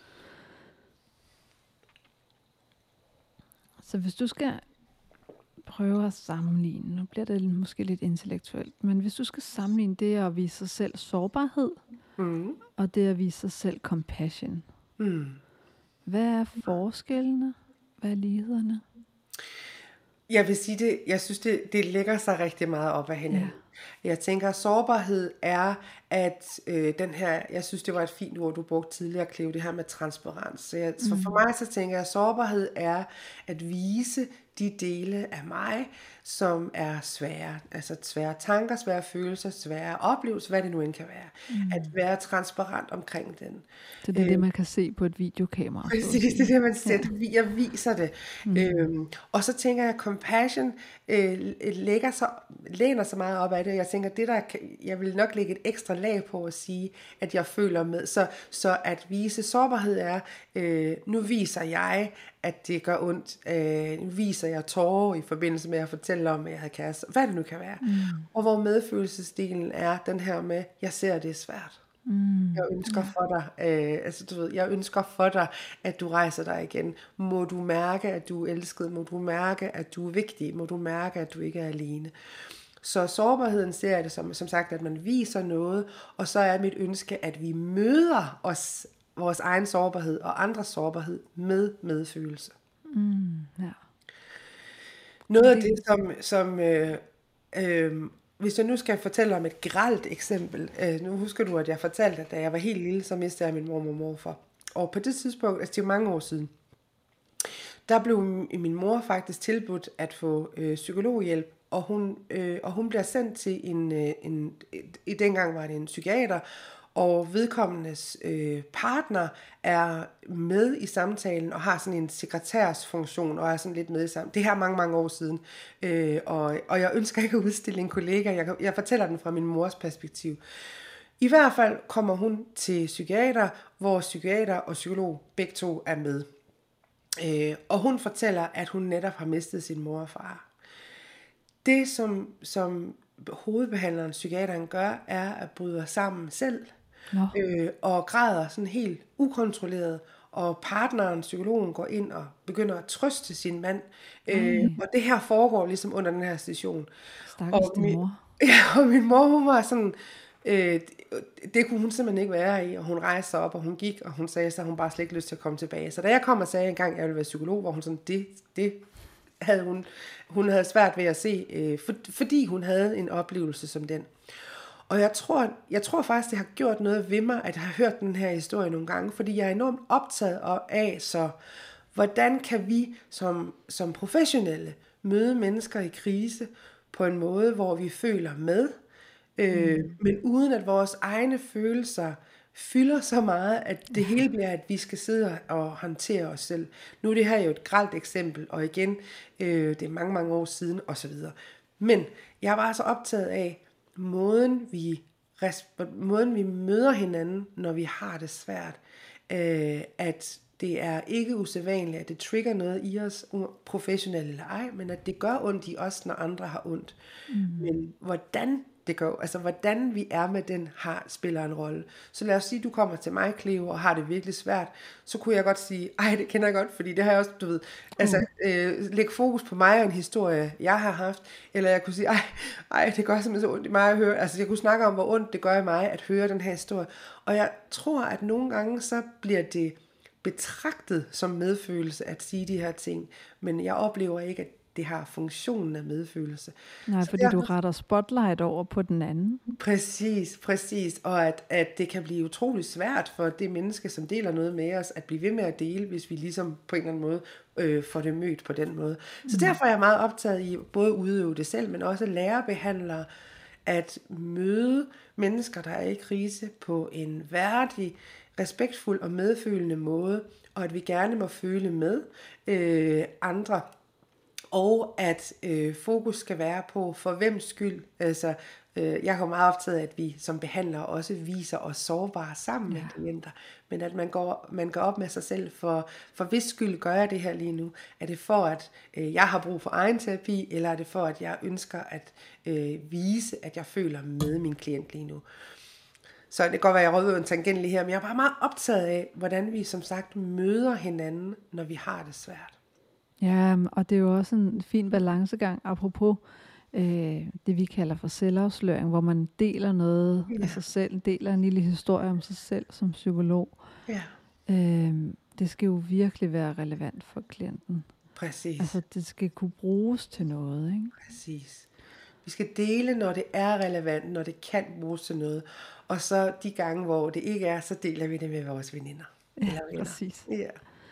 Så hvis du skal prøve at sammenligne, nu bliver det måske lidt intellektuelt, men hvis du skal sammenligne det at vise sig selv sårbarhed, mm. og det at vise sig selv compassion, mm. hvad er forskellene? Hvad er lighederne? Jeg vil sige det, jeg synes det, det lægger sig rigtig meget op af hinanden. Jeg tænker, at sårbarhed er, at øh, den her, jeg synes, det var et fint ord, du brugte tidligere, Cleo, det her med transparens. Så, jeg, så for mig så tænker jeg, at sårbarhed er at vise de dele af mig, som er svære. Altså svære tanker, svære følelser, svære oplevelser, hvad det nu end kan være. Mm. At være transparent omkring den. Så det er øh, det, man kan se på et videokamera. Præcis, det er det, man ser. Ja. Jeg viser det. Mm. Øhm, og så tænker jeg, at compassion øh, lægger sig, læner sig meget op af det. Jeg tænker, det der, jeg vil nok lægge et ekstra lag på at sige, at jeg føler med. Så, så at vise sårbarhed er, øh, nu viser jeg, at det gør ondt. Øh, nu viser jeg tårer i forbindelse med at fortælle om, at jeg havde kæreste. Hvad det nu kan være. Mm. Og hvor medfølelsesdelen er den her med, jeg ser, at det er svært. Mm. Jeg ønsker ja. for dig, øh, altså du ved, jeg ønsker for dig, at du rejser dig igen. Må du mærke, at du er elsket. Må du mærke, at du er vigtig. Må du mærke, at du ikke er alene. Så sårbarheden ser jeg det som, som sagt, at man viser noget, og så er mit ønske, at vi møder os, vores egen sårbarhed og andres sårbarhed med medfølelse. Mm, ja. Noget af det, som, som øh, øh, hvis jeg nu skal fortælle om et grelt eksempel, øh, nu husker du, at jeg fortalte, at da jeg var helt lille, så mistede jeg min mormor og morfar. Og på det tidspunkt, altså det er mange år siden, der blev min mor faktisk tilbudt at få øh, psykologhjælp, og hun, øh, og hun bliver sendt til en, øh, en, i dengang var det en psykiater, og vedkommendes øh, partner er med i samtalen og har sådan en sekretærsfunktion og er sådan lidt med i samtalen. Det her mange, mange år siden. Øh, og, og jeg ønsker ikke at udstille en kollega. Jeg, jeg fortæller den fra min mors perspektiv. I hvert fald kommer hun til psykiater, hvor psykiater og psykolog begge to er med. Øh, og hun fortæller, at hun netop har mistet sin mor og far. Det, som, som hovedbehandleren, psykiateren, gør, er at bryde sammen selv. Øh, og græder sådan helt ukontrolleret, og partneren, psykologen, går ind og begynder at trøste sin mand. Øh, mm. Og det her foregår ligesom under den her session. Stakkels din mor. Ja, og min mor, hun var sådan, øh, det, det kunne hun simpelthen ikke være i, og hun rejste sig op, og hun gik, og hun sagde så, at hun bare slet ikke lyst til at komme tilbage. Så da jeg kom og sagde en gang, at jeg ville være psykolog, hvor hun sådan, det, det havde hun, hun havde svært ved at se, øh, for, fordi hun havde en oplevelse som den. Og jeg tror, jeg tror faktisk, det har gjort noget ved mig, at jeg har hørt den her historie nogle gange, fordi jeg er enormt optaget af, så hvordan kan vi som, som professionelle møde mennesker i krise på en måde, hvor vi føler med, øh, mm. men uden at vores egne følelser fylder så meget, at det hele bliver, at vi skal sidde og håndtere os selv. Nu er det her jo et grelt eksempel, og igen, øh, det er mange, mange år siden, osv. Men jeg var så optaget af, Måden vi, måden vi møder hinanden, når vi har det svært, øh, at det er ikke usædvanligt, at det trigger noget i os, professionelle eller ej, men at det gør ondt i os, når andre har ondt. Mm. Men hvordan det går, altså hvordan vi er med den, har, spiller en rolle. Så lad os sige, at du kommer til mig, Cleo, og har det virkelig svært, så kunne jeg godt sige, ej, det kender jeg godt, fordi det har jeg også, du ved, altså øh, lægge fokus på mig og en historie, jeg har haft, eller jeg kunne sige, ej, ej det gør simpelthen så ondt i mig at høre, altså jeg kunne snakke om, hvor ondt det gør i mig at høre den her historie, og jeg tror, at nogle gange, så bliver det betragtet som medfølelse at sige de her ting, men jeg oplever ikke, at det har funktionen af medfølelse. Nej, så fordi derfor, du retter spotlight over på den anden. Præcis, præcis. Og at, at det kan blive utrolig svært for det menneske, som deler noget med os, at blive ved med at dele, hvis vi ligesom på en eller anden måde øh, får det mødt på den måde. Så mm. derfor er jeg meget optaget i både at udøve det selv, men også lære behandlere at møde mennesker, der er i krise på en værdig, respektfuld og medfølende måde, og at vi gerne må føle med øh, andre, og at øh, fokus skal være på, for hvem skyld, altså øh, jeg er meget optaget af, at vi som behandlere også viser os sårbare sammen ja. med klienter, men at man går, man går op med sig selv, for, for hvis skyld gør jeg det her lige nu, er det for, at øh, jeg har brug for egen terapi, eller er det for, at jeg ønsker at øh, vise, at jeg føler med min klient lige nu. Så det kan godt være, at jeg rød en tangent lige her, men jeg er bare meget optaget af, hvordan vi som sagt møder hinanden, når vi har det svært. Ja, og det er jo også en fin balancegang, apropos øh, det vi kalder for selvafsløring, hvor man deler noget ja. af sig selv, deler en lille historie om sig selv som psykolog. Ja. Øh, det skal jo virkelig være relevant for klienten. Præcis. Altså det skal kunne bruges til noget, ikke? Præcis. Vi skal dele, når det er relevant, når det kan bruges til noget. Og så de gange, hvor det ikke er, så deler vi det med vores veninder. Ja, præcis. Ja.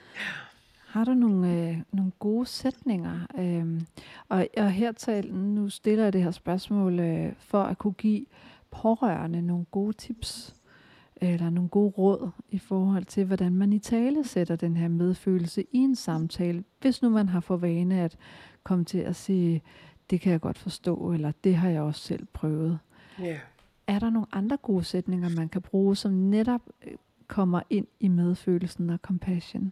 Har du nogle, øh, nogle gode sætninger? Øhm, og, og her til, nu stiller jeg det her spørgsmål øh, for at kunne give pårørende nogle gode tips, eller nogle gode råd i forhold til, hvordan man i tale sætter den her medfølelse i en samtale. Hvis nu man har for vane at komme til at sige, det kan jeg godt forstå, eller det har jeg også selv prøvet. Yeah. Er der nogle andre gode sætninger, man kan bruge, som netop kommer ind i medfølelsen og compassion?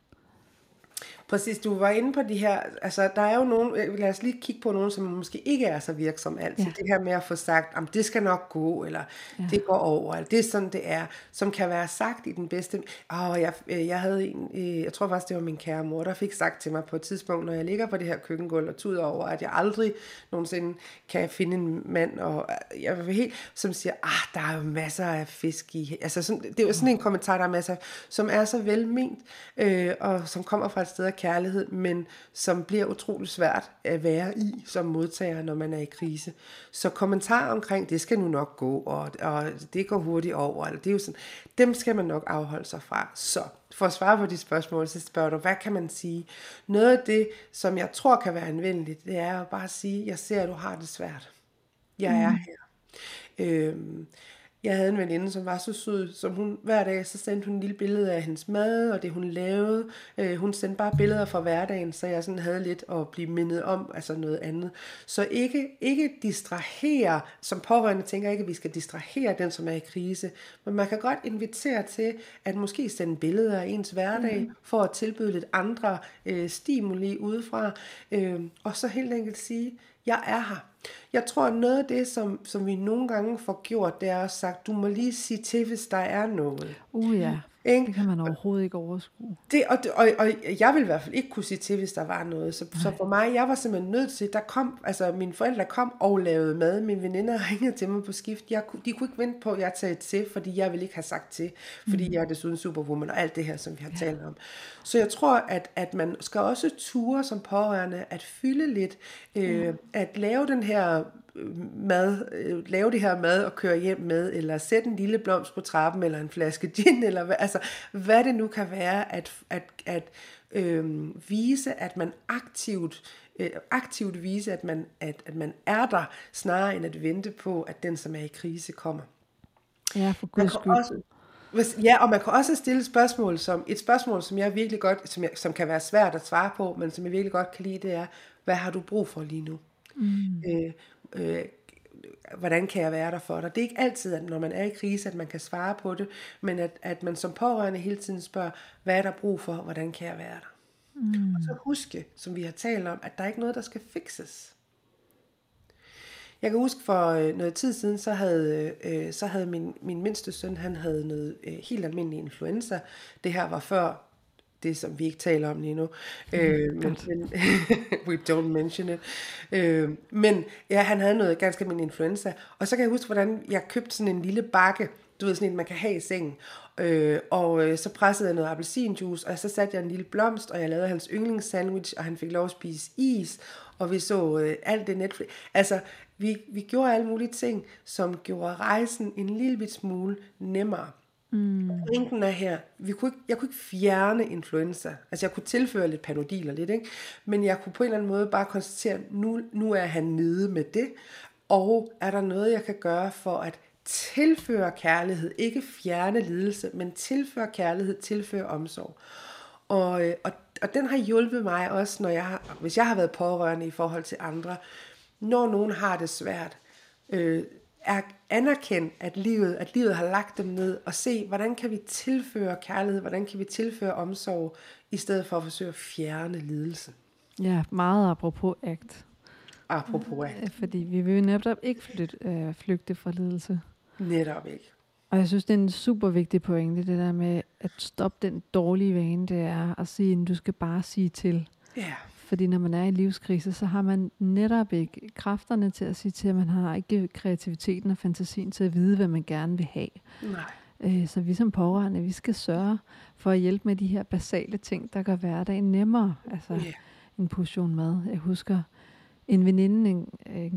Præcis, du var inde på de her, altså der er jo nogen, lad os lige kigge på nogen, som måske ikke er så virksomme altid. Ja. Det her med at få sagt, om det skal nok gå, eller ja. det går over, eller det er sådan, det er, som kan være sagt i den bedste. Åh, jeg, jeg havde en, jeg tror faktisk, det var min kære mor, der fik sagt til mig på et tidspunkt, når jeg ligger på det her køkkengulv og tuder over, at jeg aldrig nogensinde kan finde en mand, og jeg var helt, som siger, ah, der er jo masser af fisk i. Altså sådan, det er jo sådan en kommentar, der er masser, som er så velment, øh, og som kommer fra et sted af kærlighed, men som bliver utrolig svært at være i som modtager, når man er i krise. Så kommentarer omkring, det skal nu nok gå, og, og det går hurtigt over, eller det er jo sådan, dem skal man nok afholde sig fra. Så for at svare på de spørgsmål, så spørger du, hvad kan man sige? Noget af det, som jeg tror kan være anvendeligt, det er at bare sige, jeg ser, at du har det svært. Jeg er her. Øhm, Jeg havde en veninde, som var så sød, som hun hver dag, så sendte hun en lille billede af hendes mad, og det hun lavede. Øh, hun sendte bare billeder fra hverdagen, så jeg sådan havde lidt at blive mindet om, altså noget andet. Så ikke, ikke distrahere, som pårørende tænker ikke, at vi skal distrahere den, som er i krise, men man kan godt invitere til, at måske sende billeder af ens hverdag, mm. for at tilbyde lidt andre øh, stimuli udefra, øh, og så helt enkelt sige, jeg er her. Jeg tror, at noget af det, som, som vi nogle gange får gjort, det er også sagt, du må lige sige til, hvis der er noget. Uh ja, ikke? Det kan man overhovedet ikke overskue. Det, og, og, og jeg vil i hvert fald ikke kunne sige til, hvis der var noget. Så, så for mig, jeg var simpelthen nødt til, der kom, altså mine forældre kom og lavede mad. Mine veninder ringede til mig på skift. Jeg, de kunne ikke vente på, at jeg tager til, fordi jeg ville ikke have sagt til. Fordi mm. jeg er desuden superwoman og alt det her, som vi har ja. talt om. Så jeg tror, at, at man skal også ture som pårørende, at fylde lidt, øh, mm. at lave den her mad, øh, lave det her mad og køre hjem med, eller sætte en lille blomst på trappen, eller en flaske gin, eller hvad, altså, hvad det nu kan være, at, at, at øh, vise, at man aktivt, øh, aktivt vise, at man, at, at man er der, snarere end at vente på, at den, som er i krise, kommer. Ja, for guds skyld. Også, hvis, ja, og man kan også stille spørgsmål, som, et spørgsmål, som jeg virkelig godt, som, jeg, som kan være svært at svare på, men som jeg virkelig godt kan lide, det er, hvad har du brug for lige nu? Mm. Øh, øh, hvordan kan jeg være der for dig? Det er ikke altid, at når man er i krise, at man kan svare på det, men at, at man som pårørende hele tiden spørger, hvad er der brug for? Hvordan kan jeg være der? Mm. Og så huske, som vi har talt om, at der er ikke noget, der skal fikses. Jeg kan huske for øh, noget tid siden, så havde, øh, så havde min, min mindste søn, han havde noget øh, helt almindelig influenza. Det her var før det, som vi ikke taler om lige nu. Mm, øh, men, men, we don't mention it. Øh, men ja, han havde noget ganske almindelig influenza. Og så kan jeg huske, hvordan jeg købte sådan en lille bakke, du ved, sådan en, man kan have i sengen. Øh, og øh, så pressede jeg noget appelsinjuice, og så satte jeg en lille blomst, og jeg lavede hans yndlingssandwich, og han fik lov at spise is, og vi så øh, alt det Netflix. Altså, vi, vi gjorde alle mulige ting, som gjorde rejsen en lille bit smule nemmere. Mm. Pointen er her, vi kunne ikke, jeg kunne ikke fjerne influenza, altså jeg kunne tilføre lidt Panodil og lidt, ikke? Men jeg kunne på en eller anden måde bare konstatere, nu, nu er han nede med det, og er der noget, jeg kan gøre for at tilføre kærlighed, ikke fjerne lidelse, men tilføre kærlighed, tilføre omsorg. Og, og, og den har hjulpet mig også, når jeg har, hvis jeg har været pårørende i forhold til andre, når nogen har det svært, øh, er anerkendt, at livet, at livet har lagt dem ned, og se, hvordan kan vi tilføre kærlighed, hvordan kan vi tilføre omsorg, i stedet for at forsøge at fjerne lidelse. Ja, meget apropos ACT. Apropos ACT. Fordi vi vil jo netop ikke flytte, øh, flygte fra lidelse. Netop ikke. Og jeg synes, det er en super vigtig pointe, det der med at stoppe den dårlige vane, det er at sige, at du skal bare sige til. Ja. Fordi når man er i livskrise, så har man netop ikke kræfterne til at sige til, at man har ikke kreativiteten og fantasien til at vide, hvad man gerne vil have. Nej. Så vi som pårørende, vi skal sørge for at hjælpe med de her basale ting, der gør hverdagen nemmere. Altså yeah. en portion mad. Jeg husker en veninde en, en gang,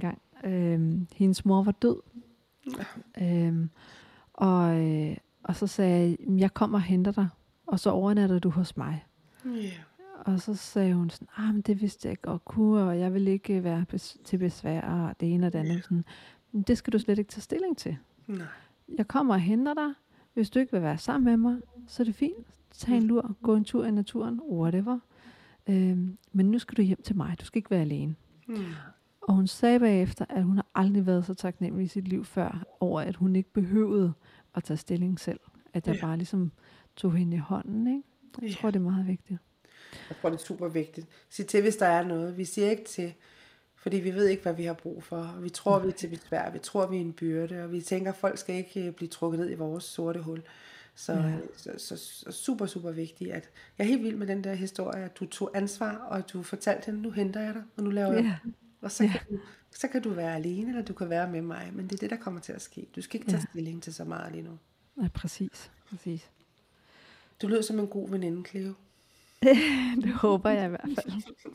Øhm, hendes mor var død. Øhm, og, øh, og så sagde jeg, jeg kommer og henter dig, og så overnatter du hos mig. Yeah. Og så sagde hun sådan, ah, men det vidste jeg ikke godt kunne, og jeg vil ikke være bes- til besvær, og det ene og det andet. Sådan, men det skal du slet ikke tage stilling til. Nej. Jeg kommer og henter dig. Hvis du ikke vil være sammen med mig, så er det fint. Tag en lur, gå en tur i naturen, whatever. Øhm, men nu skal du hjem til mig. Du skal ikke være alene. Mm. Og hun sagde bagefter, at hun har aldrig været så taknemmelig i sit liv før, over at hun ikke behøvede at tage stilling selv. At jeg Ja. bare ligesom tog hende i hånden. Ikke? Jeg Ja. tror, det er meget vigtigt. Jeg tror, det er super vigtigt. Sig til, hvis der er noget. Vi siger ikke til, fordi vi ved ikke, hvad vi har brug for. Vi tror, vi er til besvær. Vi tror, vi er en byrde. Og vi tænker, at folk skal ikke blive trukket ned i vores sorte hul. Så, Ja. så, så, så super, super vigtigt. At jeg er helt vild med den der historie, at du tog ansvar, og at du fortalte hende, nu henter jeg dig, og nu laver jeg Ja. det. Og så, Ja. kan du, så kan du være alene, eller du kan være med mig. Men det er det, der kommer til at ske. Du skal ikke tage Ja. stilling til så meget lige nu. Ja, præcis. præcis. Du lød som en god veninde, Cleo. Det håber jeg i hvert fald.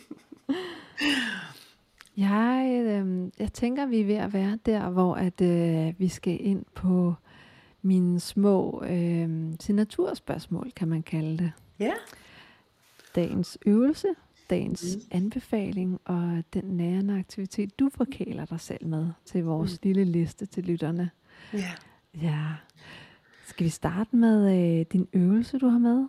Jeg, øh, jeg tænker, vi er ved at være der, hvor at, øh, vi skal ind på mine små øh, signaturspørgsmål, kan man kalde det. Ja. Dagens øvelse, dagens Mm. anbefaling og den nærende aktivitet, du forkæler dig selv med til vores Mm. lille liste til lytterne. Ja. Ja. Skal vi starte med øh, din øvelse, du har med?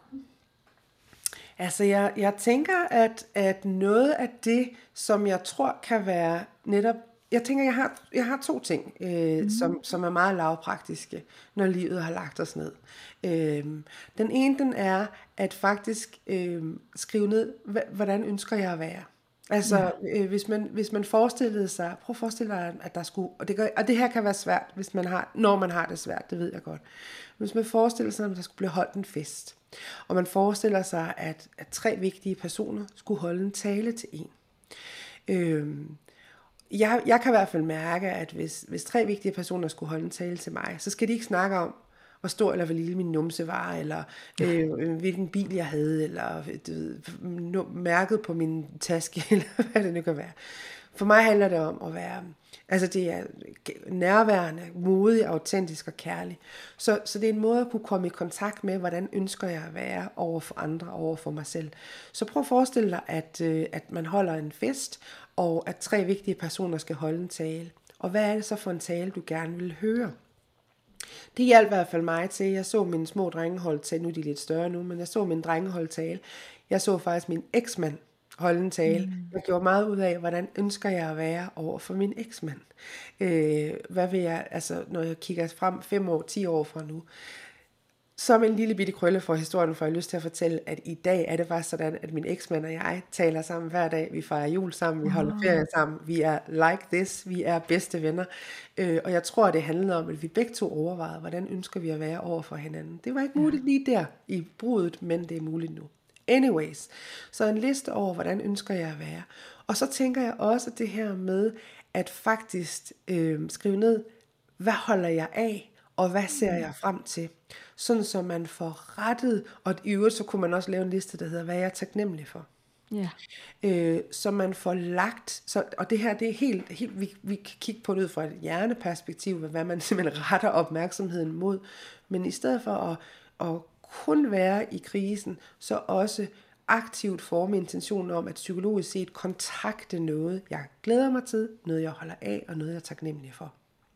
Altså, jeg, jeg tænker, at, at noget af det, som jeg tror kan være netop... Jeg tænker, jeg har, jeg har to ting, øh, mm. som, som er meget lavpraktiske, når livet har lagt os ned. Øh, den ene, den er at faktisk øh, skrive ned, hva- hvordan ønsker jeg at være. Altså, ja. øh, hvis, man, hvis man forestillede sig, prøv at forestille dig, at der skulle, og det, gør, og det her kan være svært, hvis man har, når man har det svært, det ved jeg godt. Hvis man forestiller sig, at der skulle blive holdt en fest, og man forestiller sig, at, at tre vigtige personer skulle holde en tale til en. Øh, jeg, jeg kan i hvert fald mærke, at hvis, hvis tre vigtige personer skulle holde en tale til mig, så skal de ikke snakke om, hvor stor eller hvor lille min numse var, eller øh, hvilken bil jeg havde, eller du ved, mærket på min taske, eller hvad det nu kan være. For mig handler det om at være, altså det er nærværende, modig, autentisk og kærlig. Så, så det er en måde at kunne komme i kontakt med, hvordan ønsker jeg at være over for andre, over for mig selv. Så prøv at forestille dig, at, øh, at man holder en fest, og at tre vigtige personer skal holde en tale. Og hvad er det så for en tale, du gerne vil høre? Det hjalp i hvert fald mig til. Jeg så mine små drenge holde tale. Nu er de lidt større nu, men jeg så mine drenge holde tale. Jeg så faktisk min eksmand holde en tale. Mm. Jeg gjorde meget ud af, hvordan ønsker jeg at være over for min eksmand. Øh, hvad vil jeg, altså når jeg kigger frem fem år, ti år fra nu. Som en lille bitte krølle for historien, får jeg lyst til at fortælle, at i dag er det faktisk sådan, at min eksmand og jeg taler sammen hver dag. Vi fejrer jul sammen, vi holder ferie sammen. Vi er like this, vi er bedste venner. Øh, og jeg tror, det handlede om, at vi begge to overvejede, hvordan ønsker vi at være over for hinanden. Det var ikke muligt lige der i brudet, men det er muligt nu. Anyways, så en liste over, hvordan ønsker jeg at være. Og så tænker jeg også det her med, at faktisk øh, skrive ned, hvad holder jeg af, og hvad ser jeg frem til. Sådan så man får rettet, og i øvrigt så kunne man også lave en liste, der hedder, hvad jeg er taknemmelig for. Ja. Øh, så man får lagt, så, og det her, det er helt, helt vi, vi kan kigge på det ud fra et hjerneperspektiv, hvad man simpelthen retter opmærksomheden mod, men i stedet for at, at kun være i krisen, så også aktivt forme intentionen om, at psykologisk set kontakte noget, jeg glæder mig til, noget jeg holder af, og noget jeg er taknemmelig for.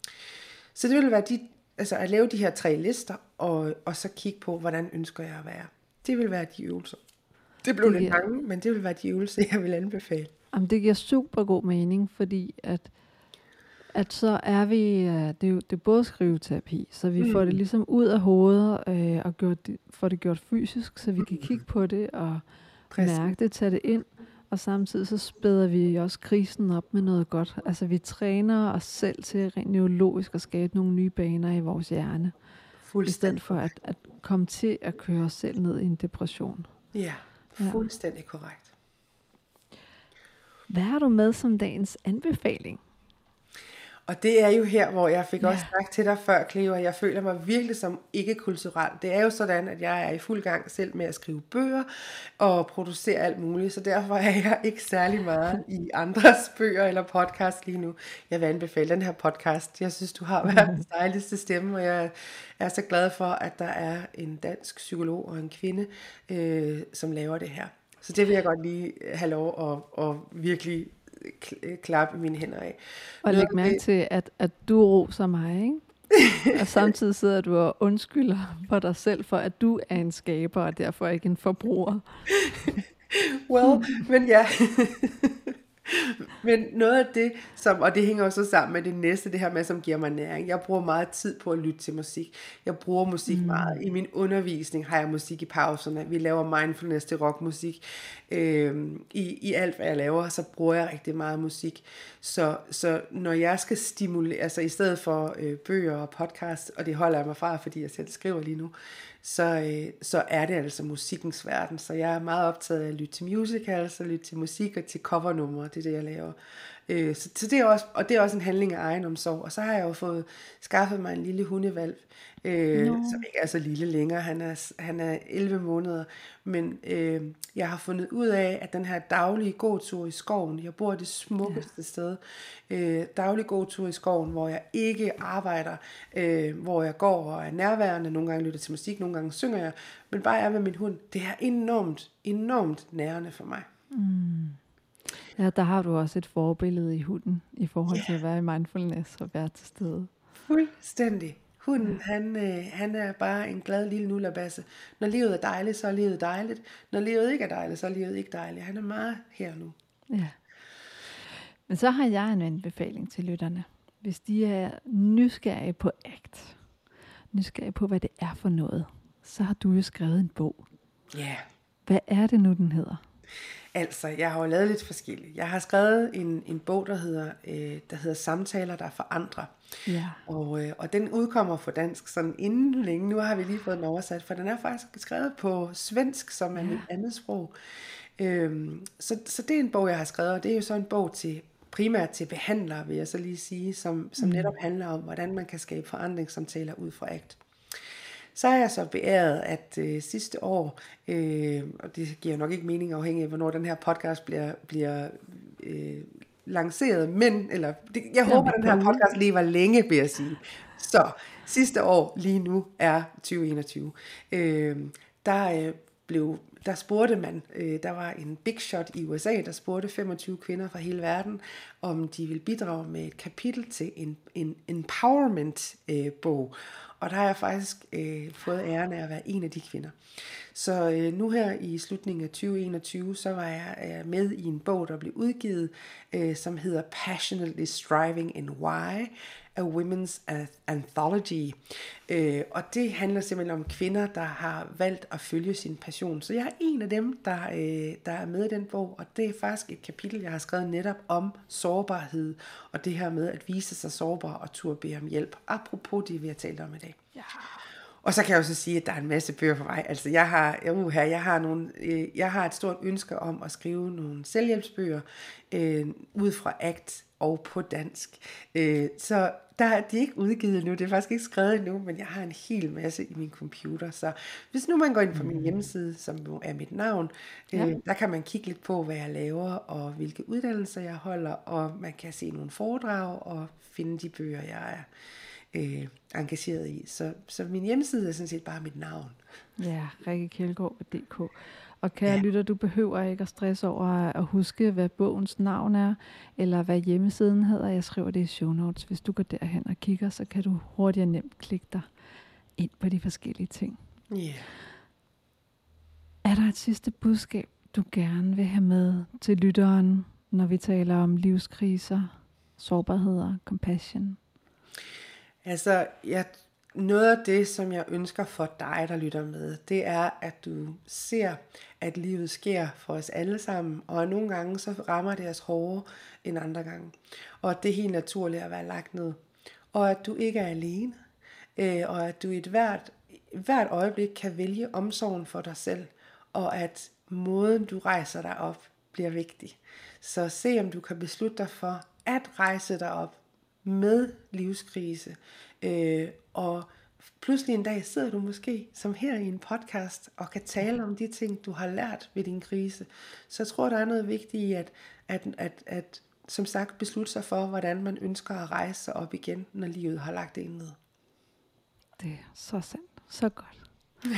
Så det vil være de, altså at lave de her tre lister, og, og så kigge på, hvordan ønsker jeg at være. Det vil være de øvelser. Det blev Det lidt giver- mange, men det vil være de øvelser, jeg vil anbefale. Jamen, det giver super god mening, fordi at, at så er vi, øh, det er jo det er både skriveterapi, så vi mm. får det ligesom ud af hovedet, øh, og gjort det, får det gjort fysisk, så vi kan kigge på det, og Præcis. mærke det, tage det ind, og samtidig så spæder vi også krisen op med noget godt. Altså vi træner os selv til rent neurologisk at skabe nogle nye baner i vores hjerne, i stedet Fuldstændig. for at, at komme til at køre os selv ned i en depression. Ja, Ja. fuldstændig korrekt. Hvad har du med som dagens anbefaling? Og det er jo her, hvor jeg fik Ja. også sagt til dig før, Cleo, at jeg føler mig virkelig som ikke-kulturel. Det er jo sådan, at jeg er i fuld gang selv med at skrive bøger og producere alt muligt, så derfor er jeg ikke særlig meget i andres bøger eller podcast lige nu. Jeg vil anbefale den her podcast. Jeg synes, du har verdens dejligste stemme, og jeg er så glad for, at der er en dansk psykolog og en kvinde, øh, som laver det her. Så det vil jeg godt lige have lov at, at virkelig klappe i mine hænder af. Og læg mærke til, at, at du roser mig, ikke? Og samtidig sidder du og undskylder for dig selv, for at du er en skaber, og derfor ikke en forbruger. Well, men ja. Men noget af det, som, og det hænger også sammen med det næste, det her med, som giver mig næring. Jeg bruger meget tid på at lytte til musik. Jeg bruger musik mm. meget. I min undervisning har jeg musik i pauserne. Vi laver mindfulness til rockmusik. Øhm, i, I alt, hvad jeg laver, så bruger jeg rigtig meget musik. Så, så når jeg skal stimulere, altså i stedet for øh, bøger og podcast, og det holder jeg mig fra, fordi jeg selv skriver lige nu, så, øh, så er det altså musikkens verden. Så jeg er meget optaget af at lytte til musicals, og lytte til musik og til covernumre. Det er det, jeg laver. Øh, så, så det er også, og det er også en handling af egenomsorg. Og så har jeg jo fået skaffet mig en lille hundevalp, øh, no. som ikke er så lille længere. Han er, han er elleve måneder. Men øh, jeg har fundet ud af, at den her daglige gåtur i skoven, jeg bor det smukkeste ja. sted, øh, daglig gåtur i skoven, hvor jeg ikke arbejder, øh, hvor jeg går og er nærværende, nogle gange lytter til musik, nogle gange synger jeg, men bare er med min hund, det er enormt, enormt nærende for mig. Mm. Ja, der har du også et forbillede i hunden, i forhold yeah. til at være i mindfulness og være til stede. Fuldstændig. Hunden, han, øh, han er bare en glad lille nullerbasse. Når livet er dejligt, så er livet dejligt. Når livet ikke er dejligt, så er livet ikke dejligt. Han er meget her nu. Ja. Men så har jeg en anbefaling til lytterne. Hvis de er nysgerrige på ACT, nysgerrige på, hvad det er for noget, så har du jo skrevet en bog. Ja. Yeah. Hvad er det nu, den hedder? Altså, jeg har jo lavet lidt forskelligt. Jeg har skrevet en, en bog, der hedder, øh, der hedder Samtaler, der forandrer. Ja. Og, øh, og den udkommer på dansk sådan inden længe. Nu har vi lige fået den oversat, for den er faktisk skrevet på svensk, som er ja. et andet sprog. Øhm, så, så det er en bog, jeg har skrevet, og det er jo så en bog til primært til behandlere, vil jeg så lige sige, som, som mm. netop handler om, hvordan man kan skabe forandringssamtaler ud fra ACT. Så er jeg så beæret, at øh, sidste år, øh, og det giver nok ikke mening afhængig af, hvornår den her podcast bliver, bliver øh, lanceret, men, eller det, jeg ja, håber, at den her podcast lever længe, vil jeg sige. Så sidste år, lige nu, er tyve enogtyve. Øh, der øh, blev... Der spurgte man, øh, der var en big shot i U S A, der spurgte femogtyve kvinder fra hele verden, om de ville bidrage med et kapitel til en, en empowerment-bog. Øh, og der har jeg faktisk øh, fået æren af at være en af de kvinder. Så øh, nu her i slutningen af tyve enogtyve, så var jeg øh, med i en bog, der blev udgivet, øh, som hedder Passionately Striving in Why, A Women's Anthology. Øh, og det handler simpelthen om kvinder, der har valgt at følge sin passion. Så jeg er en af dem, der, øh, der er med i den bog, og det er faktisk et kapitel, jeg har skrevet netop om sårbarhed, og det her med at vise sig sårbar og turde bede om hjælp. Apropos det, vi har talt om i dag. Ja. Og så kan jeg også sige, at der er en masse bøger for mig. Altså jeg har, uh, her, jeg har, nogle, øh, jeg har et stort ønske om at skrive nogle selvhjælpsbøger øh, ud fra ACT og på dansk. Øh, så der er de ikke udgivet nu, det er faktisk ikke skrevet endnu, men jeg har en hel masse i min computer. Så hvis nu man går ind på min hjemmeside, som er mit navn, øh, ja. der kan man kigge lidt på, hvad jeg laver, og hvilke uddannelser jeg holder, og man kan se nogle foredrag og finde de bøger, jeg er øh, engageret i. Så, så min hjemmeside er sådan set bare mit navn. Ja, rikke kjeldgaard punktum d k. Og kære ja. lytter, du behøver ikke at stresse over at huske, hvad bogens navn er, eller hvad hjemmesiden hedder. Jeg skriver det i show notes. Hvis du går derhen og kigger, så kan du hurtigt og nemt klikke dig ind på de forskellige ting. Yeah. Er der et sidste budskab, du gerne vil have med til lytteren, når vi taler om livskriser, sårbarheder, compassion? Altså, jeg noget af det, som jeg ønsker for dig, der lytter med, det er, at du ser, at livet sker for os alle sammen, og nogle gange så rammer det os hårdere end andre gange. Og at det er helt naturligt at være lagt ned. Og at du ikke er alene, øh, og at du i et hvert, hvert øjeblik kan vælge omsorgen for dig selv, og at måden du rejser dig op bliver vigtig. Så se om du kan beslutte dig for at rejse dig op med livskrise, øh, og pludselig en dag sidder du måske som her i en podcast og kan tale om de ting, du har lært ved din krise. Så jeg tror, der er noget vigtigt i at, at, at, at som sagt beslutte sig for, hvordan man ønsker at rejse sig op igen, når livet har lagt en ned. Det er så sandt. Så godt.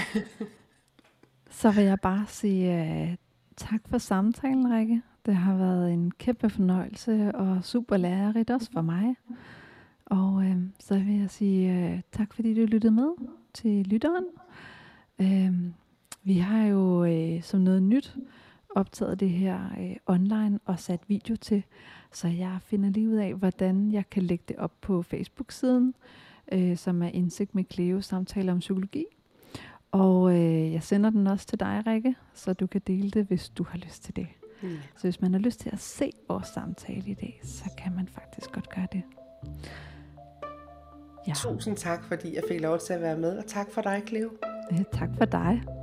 Så vil jeg bare sige uh, tak for samtalen, Rikke. Det har været en kæmpe fornøjelse og super lærerigt også for mig. Og øh, så vil jeg sige øh, tak, fordi du lyttede med til lytteren. Øh, vi har jo øh, som noget nyt optaget det her øh, online og sat video til, så jeg finder lige ud af, hvordan jeg kan lægge det op på Facebook-siden, øh, som er Indsigt med Cleo, samtaler om psykologi. Og øh, jeg sender den også til dig, Rikke, så du kan dele det, hvis du har lyst til det. Mm. Så hvis man har lyst til at se vores samtale i dag, så kan man faktisk godt gøre det. Ja. Tusind tak, fordi jeg fik lov til at være med, og tak for dig, Cleo. Ja, tak for dig.